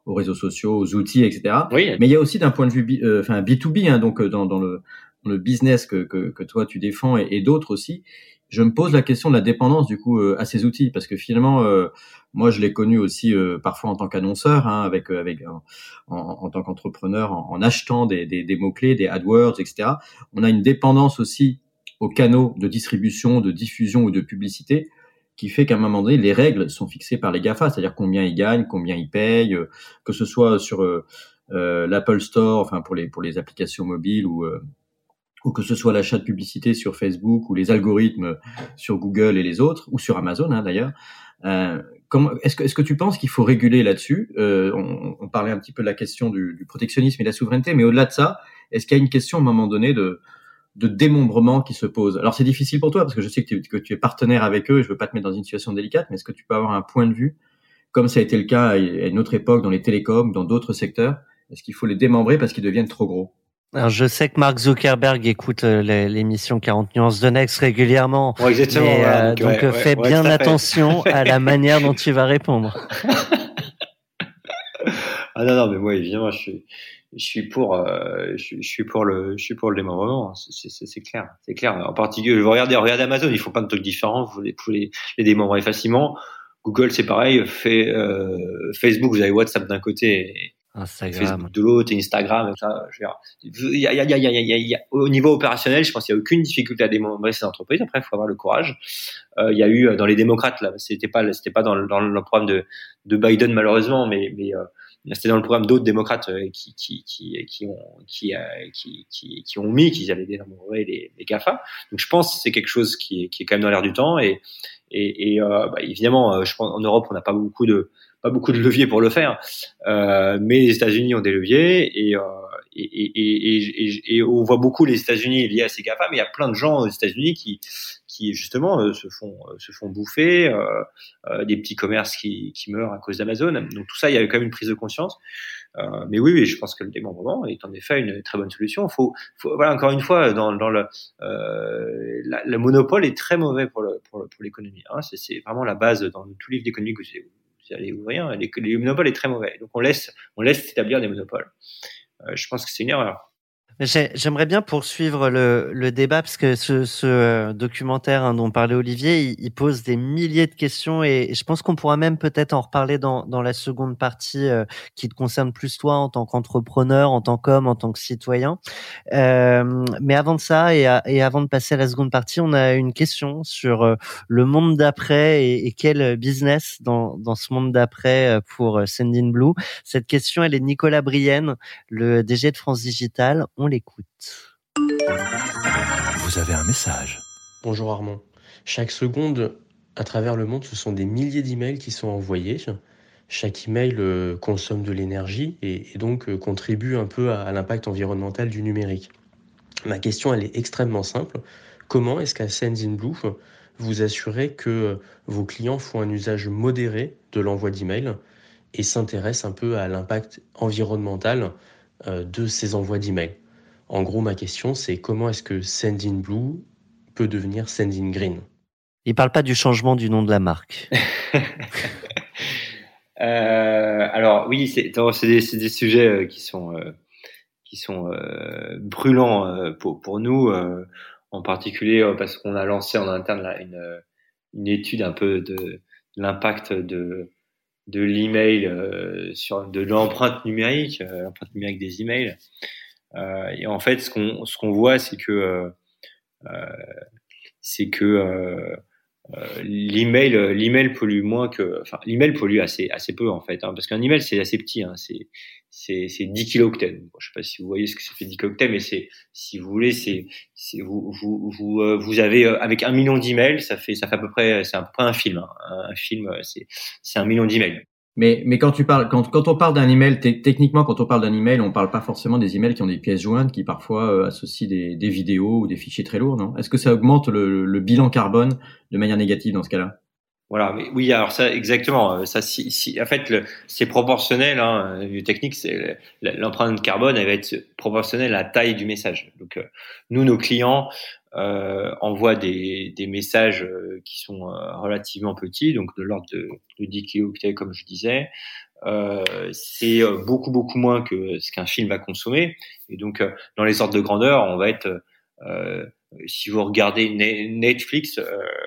aux réseaux sociaux, aux outils, et cetera. Oui. Mais il y a aussi d'un point de vue, B, euh, enfin B deux B, hein, donc dans, dans le, dans le business que, que, que toi tu défends et, et d'autres aussi. Je me pose la question de la dépendance du coup euh, à ces outils, parce que finalement, euh, moi je l'ai connu aussi euh, parfois en tant qu'annonceur, hein, avec euh, avec en, en, en tant qu'entrepreneur, en, en achetant des, des, des mots clés, des AdWords, et cetera. On a une dépendance aussi aux canaux de distribution, de diffusion ou de publicité, qui fait qu'à un moment donné, les règles sont fixées par les GAFA, c'est-à-dire combien ils gagnent, combien ils payent, euh, que ce soit sur euh, euh, l'Apple Store, enfin pour les pour les applications mobiles ou euh, ou que ce soit l'achat de publicité sur Facebook ou les algorithmes sur Google et les autres, ou sur Amazon hein, d'ailleurs. Euh, comment, est-ce que, est-ce que tu penses qu'il faut réguler là-dessus euh, on, on parlait un petit peu de la question du, du protectionnisme et de la souveraineté, mais au-delà de ça, est-ce qu'il y a une question à un moment donné de, de démembrement qui se pose? Alors c'est difficile pour toi parce que je sais que tu, que tu es partenaire avec eux, je veux pas te mettre dans une situation délicate, mais est-ce que tu peux avoir un point de vue, comme ça a été le cas à une autre époque dans les télécoms, dans d'autres secteurs? Est-ce qu'il faut les démembrer parce qu'ils deviennent trop gros? Alors, je sais que Mark Zuckerberg écoute l'émission quarante nuances de Next régulièrement. Ouais, exactement. Mais, voilà, euh, donc, donc ouais, fais ouais, bien ouais, attention à la manière dont tu vas répondre. Ah non, non, mais moi, évidemment, je suis, je suis pour, euh, je, je suis pour le, je suis pour le démembrement. C'est, c'est, c'est clair, c'est clair. En particulier, regardez, regardez Amazon, ils font plein de trucs différents. Vous les pouvez les démembrer facilement. Google, c'est pareil. Fait, euh, Facebook, vous avez WhatsApp d'un côté. Et, Instagram. Facebook de l'autre, Instagram, ça, je veux dire, il y a, il y a, il y a, il y a, il y a, au niveau opérationnel, je pense qu'il n'y a aucune difficulté à démembrer ces entreprises. Après, il faut avoir le courage. Euh, il y a eu dans les démocrates là, c'était pas, c'était pas dans le, dans le programme de, de Biden malheureusement, mais, mais euh, c'était dans le programme d'autres démocrates euh, qui, qui, qui, qui ont, qui, euh, qui, qui, qui ont mis qu'ils allaient dénombrer les, les GAFA. Donc, je pense que c'est quelque chose qui est, qui est quand même dans l'air du temps et, et, et euh, bah, évidemment, je pense en Europe, on n'a pas beaucoup de pas beaucoup de leviers pour le faire, euh, mais les États-Unis ont des leviers et, euh, et, et, et, et, et on voit beaucoup les États-Unis liés à ces GAFA, mais il y a plein de gens aux États-Unis qui, qui justement euh, se font se font bouffer, euh, euh, des petits commerces qui, qui meurent à cause d'Amazon. Donc tout ça, il y a quand même une prise de conscience. Euh, mais oui, oui, je pense que le démembrement est en effet une très bonne solution. Faut, faut voilà, encore une fois, dans, dans le, euh, la, le monopole est très mauvais pour le, pour, le, pour l'économie. Hein. C'est, c'est vraiment la base dans tout livre d'économie que vous, vous allez ouvrir. Les, le monopole est très mauvais. Donc on laisse, on laisse établir des monopoles. Euh, je pense que c'est une erreur. J'aimerais bien poursuivre le, le débat parce que ce, ce documentaire hein, dont parlait Olivier, il, il pose des milliers de questions et je pense qu'on pourra même peut-être en reparler dans, dans la seconde partie euh, qui te concerne plus toi en tant qu'entrepreneur, en tant qu'homme, en tant que citoyen. Euh, mais avant de ça et, à, et avant de passer à la seconde partie, on a une question sur euh, le monde d'après et, et quel business dans, dans ce monde d'après pour Sendinblue. Cette question, elle est de Nicolas Brienne, le D G de France Digital. On l'écoute. Vous avez un message. Bonjour Armand. Chaque seconde, à travers le monde, ce sont des milliers d'emails qui sont envoyés. Chaque email euh, consomme de l'énergie et, et donc euh, contribue un peu à, à l'impact environnemental du numérique. Ma question, elle est extrêmement simple. Comment est-ce qu'à Sendinblue, vous assurez que vos clients font un usage modéré de l'envoi d'emails et s'intéressent un peu à l'impact environnemental euh, de ces envois d'emails? En gros, ma question, c'est comment est-ce que Sendinblue peut devenir Sendingreen? Il parle pas du changement du nom de la marque. euh, alors oui, c'est, c'est, des, c'est des sujets qui sont euh, qui sont euh, brûlants euh, pour pour nous, euh, en particulier euh, parce qu'on a lancé en interne là une une étude un peu de, de l'impact de de l'email euh, sur de l'empreinte numérique, euh, l'empreinte numérique des emails. Euh, et en fait, ce qu'on ce qu'on voit, c'est que euh, euh, c'est que euh, euh, l'email l'email pollue moins que, enfin l'email pollue assez assez peu en fait, hein, parce qu'un email c'est assez petit, hein, c'est c'est c'est dix kilooctets. Bon, je sais pas si vous voyez ce que ça fait dix kilooctets, mais c'est, si vous voulez, c'est c'est vous vous vous euh, vous avez euh, avec un million d'emails, ça fait ça fait à peu près c'est à peu près un film, hein, un film c'est c'est un million d'emails. Mais, mais quand tu parles, quand, quand on parle d'un email, t- techniquement, quand on parle d'un email, on parle pas forcément des emails qui ont des pièces jointes, qui parfois euh, associent des, des vidéos ou des fichiers très lourds, non? Est-ce que ça augmente le, le bilan carbone de manière négative dans ce cas-là? Voilà, mais oui, alors ça exactement. Ça, si, si en fait, le, c'est proportionnel. Hein, une technique, c'est l'empreinte carbone, elle va être proportionnelle à la taille du message. Donc, euh, nous, nos clients euh, envoient des, des messages euh, qui sont euh, relativement petits, donc de l'ordre de, de dix kilooctets, comme je disais. euh, c'est beaucoup beaucoup moins que ce qu'un film va consommer. Et donc euh, dans les ordres de grandeur, on va être euh, si vous regardez Netflix, euh,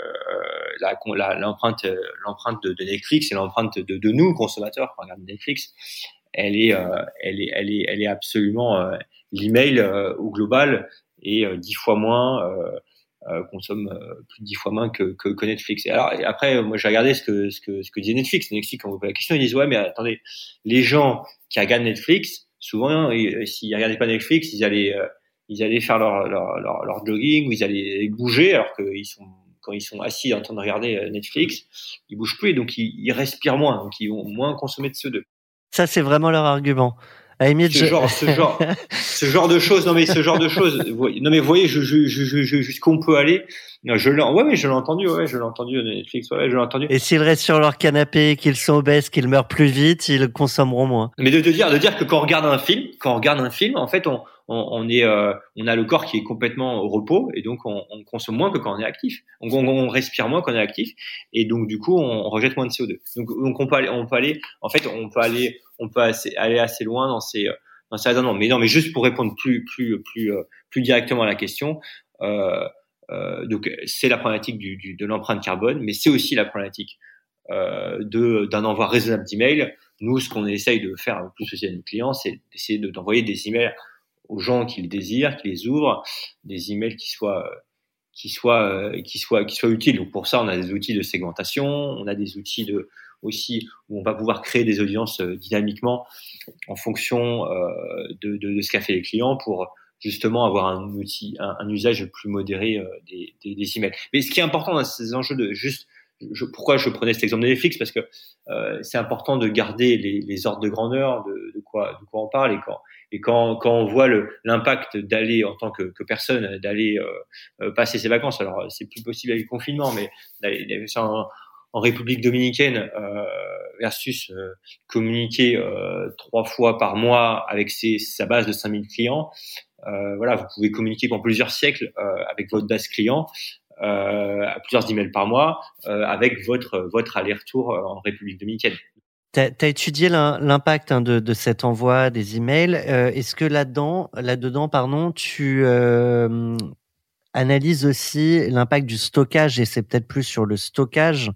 la, la, l'empreinte, l'empreinte de, de Netflix et l'empreinte de, de nous consommateurs qui regardent Netflix, elle est, euh, elle est, elle est, elle est absolument euh, l'email euh, au global est euh, dix fois moins, euh, euh, consomme euh, plus de dix fois moins que, que, que Netflix. Et alors et après, moi j'ai regardé ce que ce que ce que disait Netflix. Netflix, quand vous posez la question, ils disent ouais mais attendez, les gens qui regardent Netflix, souvent, et, s'ils regardaient pas Netflix, ils allaient euh, ils allaient faire leur, leur, leur, leur jogging, ou ils allaient bouger, alors qu'ils sont, quand ils sont assis en train de regarder Netflix, ils bougent plus, et donc ils, ils respirent moins, donc ils vont moins consommer de C O deux. Ça, c'est vraiment leur argument. À limite, ce je... genre, ce genre, ce genre de choses, non mais ce genre de choses, non mais vous voyez, je, je, je, je, jusqu'où on peut aller. Non, je l'ai, ouais, mais je l'ai entendu, ouais, je l'ai entendu Netflix, ouais, je l'ai entendu. Et s'ils restent sur leur canapé, qu'ils sont obèses, qu'ils meurent plus vite, ils consommeront moins. Mais de, de dire, de dire que quand on regarde un film, quand on regarde un film, en fait, on, on, on est, euh, on a le corps qui est complètement au repos, et donc on, on consomme moins que quand on est actif. On, on, on respire moins quand on est actif, et donc du coup, on, on rejette moins de C O deux. Donc, donc on peut aller, on peut aller, en fait, on peut aller, on peut assez, aller assez loin dans ces dans ces raisonnements. Mais non, mais juste pour répondre plus, plus, plus, plus directement à la question. Euh, Euh, donc c'est la problématique du, du, de l'empreinte carbone, mais c'est aussi la problématique euh, de, d'un envoi raisonnable d'emails. Nous, ce qu'on essaye de faire le plus aussi à nos clients, c'est d'essayer de, d'envoyer des emails aux gens qui le désirent, qui les ouvrent, des emails qui soient qui soient qui soient qui soient utiles. Donc pour ça, on a des outils de segmentation, on a des outils de aussi où on va pouvoir créer des audiences dynamiquement en fonction euh, de, de, de ce qu'a fait les clients pour justement avoir un outil, un, un usage plus modéré euh, des, des, des emails. Mais ce qui est important dans ces enjeux de juste, je, pourquoi je prenais cet exemple de Netflix, parce que euh, c'est important de garder les, les ordres de grandeur de, de quoi, de quoi on parle, et quand et quand quand on voit le, l'impact d'aller en tant que, que personne d'aller euh, passer ses vacances. Alors c'est plus possible avec le confinement, mais d'aller, d'aller en, en République dominicaine euh, versus euh, communiquer euh, trois fois par mois avec ses, sa base de cinq mille clients. Euh, voilà, vous pouvez communiquer pendant plusieurs siècles euh, avec votre base client, euh, à plusieurs emails par mois, euh, avec votre votre aller-retour en République dominicaine. T'as, t'as étudié l'impact hein, de, de cet envoi des emails. Euh, est-ce que là-dedans, là-dedans, pardon, tu euh, analyses aussi l'impact du stockage, et c'est peut-être plus sur le stockage.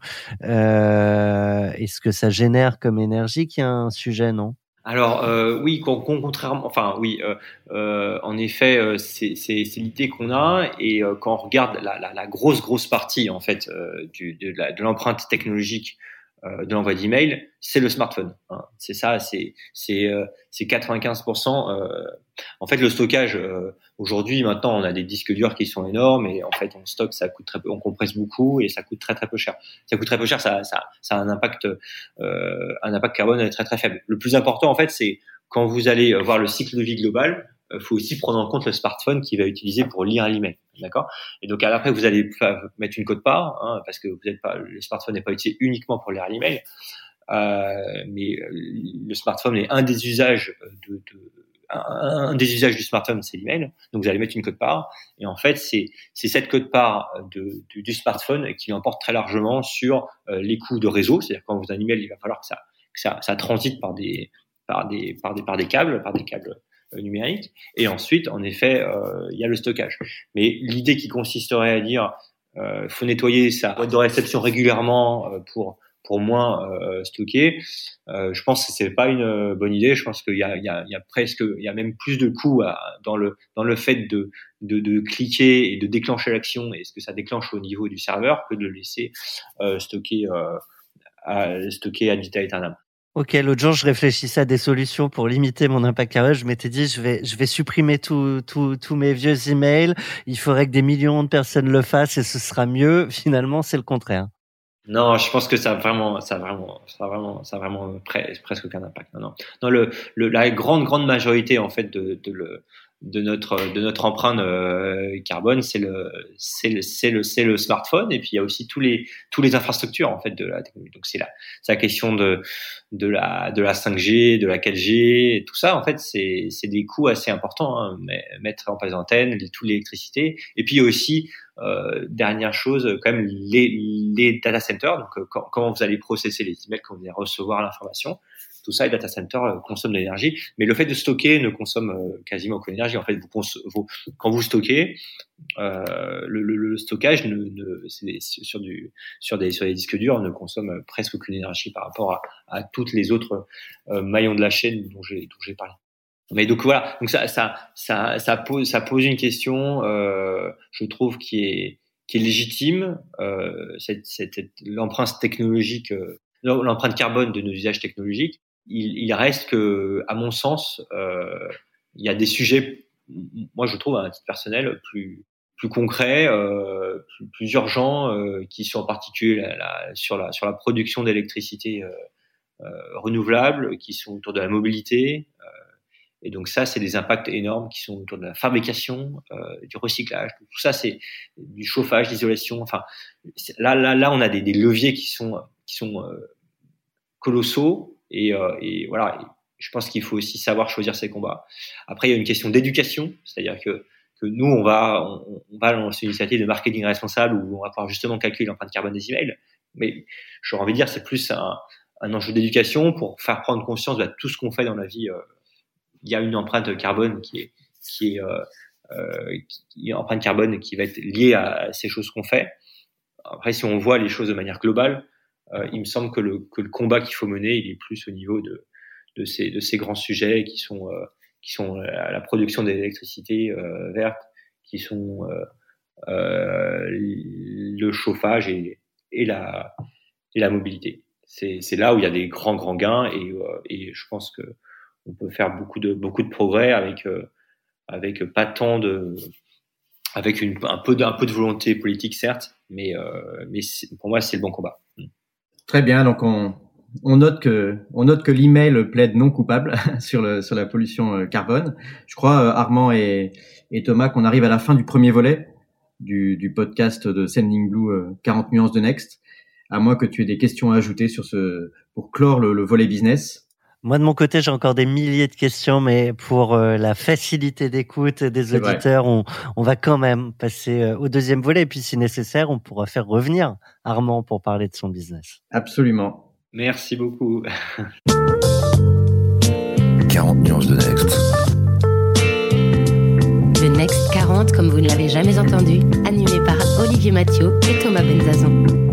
Euh, est-ce que ça génère comme énergie qui est un sujet, non? Alors euh, oui, contrairement, enfin oui, euh, euh, en effet, euh, c'est, c'est, c'est l'idée qu'on a, et euh, quand on regarde la, la, la grosse grosse partie en fait euh, du, de, la, de l'empreinte technologique euh, de l'envoi d'email, c'est le smartphone. Hein. C'est ça, c'est c'est euh, c'est quatre-vingt-quinze pour cent. Euh, en fait, le stockage euh, aujourd'hui, maintenant, on a des disques durs qui sont énormes, et en fait, on stocke, ça coûte très peu, on compresse beaucoup, et ça coûte très très peu cher. Ça coûte très peu cher, ça ça ça a un impact euh, un impact carbone très très faible. Le plus important, en fait, c'est quand vous allez voir le cycle de vie global, il faut aussi prendre en compte le smartphone qui va utiliser pour lire l'email, d'accord? Et donc après, vous allez mettre une quote-part, hein, parce que vous n'êtes pas, le smartphone n'est pas utilisé uniquement pour lire l'email, euh, mais le smartphone est un des usages de, de un, un des usages du smartphone, c'est l'email. Donc vous allez mettre une quote-part, et en fait, c'est c'est cette quote-part de, de, du smartphone qui l'emporte très largement sur euh, les coûts de réseau. C'est-à-dire quand vous avez un email, il va falloir que ça que ça, ça transite par des par des par des par des câbles, par des câbles numérique, et ensuite en effet euh, il y a le stockage. Mais l'idée qui consisterait à dire euh, faut nettoyer sa boîte de réception régulièrement euh, pour pour moins euh, stocker, euh, je pense que c'est pas une bonne idée. Je pense qu'il y a il y a il y a presque il y a même plus de coûts à, dans le dans le fait de de de cliquer et de déclencher l'action et ce que ça déclenche au niveau du serveur, que de le laisser euh, stocker euh, à stocker ad vitam aeternam. Ok, l'autre jour, je réfléchissais à des solutions pour limiter mon impact carbone. Je m'étais dit, je vais, je vais supprimer tous tout, tout mes vieux emails. Il faudrait que des millions de personnes le fassent et ce sera mieux. Finalement, c'est le contraire. Non, je pense que ça a vraiment, ça a vraiment, ça a vraiment, ça a vraiment presque, presque aucun impact. Non, non. Non, le, le, la grande, grande majorité, en fait, de, de le, de notre, de notre empreinte euh, carbone, c'est le, c'est le, c'est le, c'est le smartphone. Et puis il y a aussi tous les, tous les infrastructures en fait de la technologie. Donc c'est la, c'est la question de, de la, de la cinq G, de la quatre G, et tout ça. En fait, c'est, c'est des coûts assez importants. Hein, mais mettre en place des antennes, toute l'électricité. Et puis il y a aussi euh, dernière chose, quand même les, les data centers. Donc euh, quand, comment vous allez processer les emails, quand vous allez recevoir l'information. tout ça, les data centers euh, consomment de l'énergie, mais le fait de stocker ne consomme euh, quasiment aucune énergie. En fait, vous, cons- vous quand vous stockez, euh, le, le, le stockage ne, ne, c'est sur, du, sur, des, sur des disques durs ne consomme presque aucune énergie par rapport à, à toutes les autres euh, maillons de la chaîne dont j'ai, dont j'ai parlé. Mais donc voilà, donc ça, ça, ça, ça pose, ça pose une question, euh, je trouve, qui est, qui est légitime. Euh, cette, cette, cette, l'empreinte technologique, euh, l'empreinte carbone de nos usages technologiques. Il, il reste que, à mon sens, euh, il y a des sujets, moi je trouve à un titre personnel, plus, plus concrets, euh, plus, plus urgents, euh, qui sont en particulier la, la, sur la, sur la production d'électricité euh, euh, renouvelable, qui sont autour de la mobilité. Euh, Et donc ça, c'est des impacts énormes qui sont autour de la fabrication, euh, du recyclage. Tout ça, c'est du chauffage, d'isolation. Enfin, là, là, là, on a des, des leviers qui sont, qui sont euh, colossaux. Et, euh, et voilà. Et je pense qu'il faut aussi savoir choisir ses combats. Après, il y a une question d'éducation, c'est-à-dire que que nous, on va, on, on va lancer une initiative de marketing responsable où on va pouvoir justement calculer l'empreinte carbone des emails. Mais j'aurais envie de dire, c'est plus un, un enjeu d'éducation pour faire prendre conscience de tout ce qu'on fait dans la vie. Euh, il y a une empreinte carbone qui est, qui est, euh, euh, qui, une empreinte carbone qui va être liée à ces choses qu'on fait. Après, si on voit les choses de manière globale, euh, il me semble que le, que le combat qu'il faut mener, il est plus au niveau de, de ces, de ces grands sujets qui sont, euh, qui sont la production d'électricité euh, verte, qui sont euh, euh, le chauffage et, et la, et la mobilité. C'est, c'est là où il y a des grands, grands gains et, euh, et je pense que on peut faire beaucoup de beaucoup de progrès avec euh, avec pas tant de avec une un peu de, un peu de volonté politique certes, mais euh, mais pour moi c'est le bon combat. Très bien, donc on on note que on note que l'email plaide non coupable sur le sur la pollution carbone. Je crois Armand et et Thomas qu'on arrive à la fin du premier volet du du podcast de Sending Blue quarante nuances de Next. À moins que tu aies des questions à ajouter sur ce pour clore le, le volet business. Moi, de mon côté, j'ai encore des milliers de questions, mais pour euh, la facilité d'écoute des c'est auditeurs, on, on va quand même passer euh, au deuxième volet. Et puis, si nécessaire, on pourra faire revenir Armand pour parler de son business. Absolument. Merci beaucoup. quarante nuances de Next. Le Next quarante, comme vous ne l'avez jamais entendu, animé par Olivier Mathieu et Thomas Benzazon.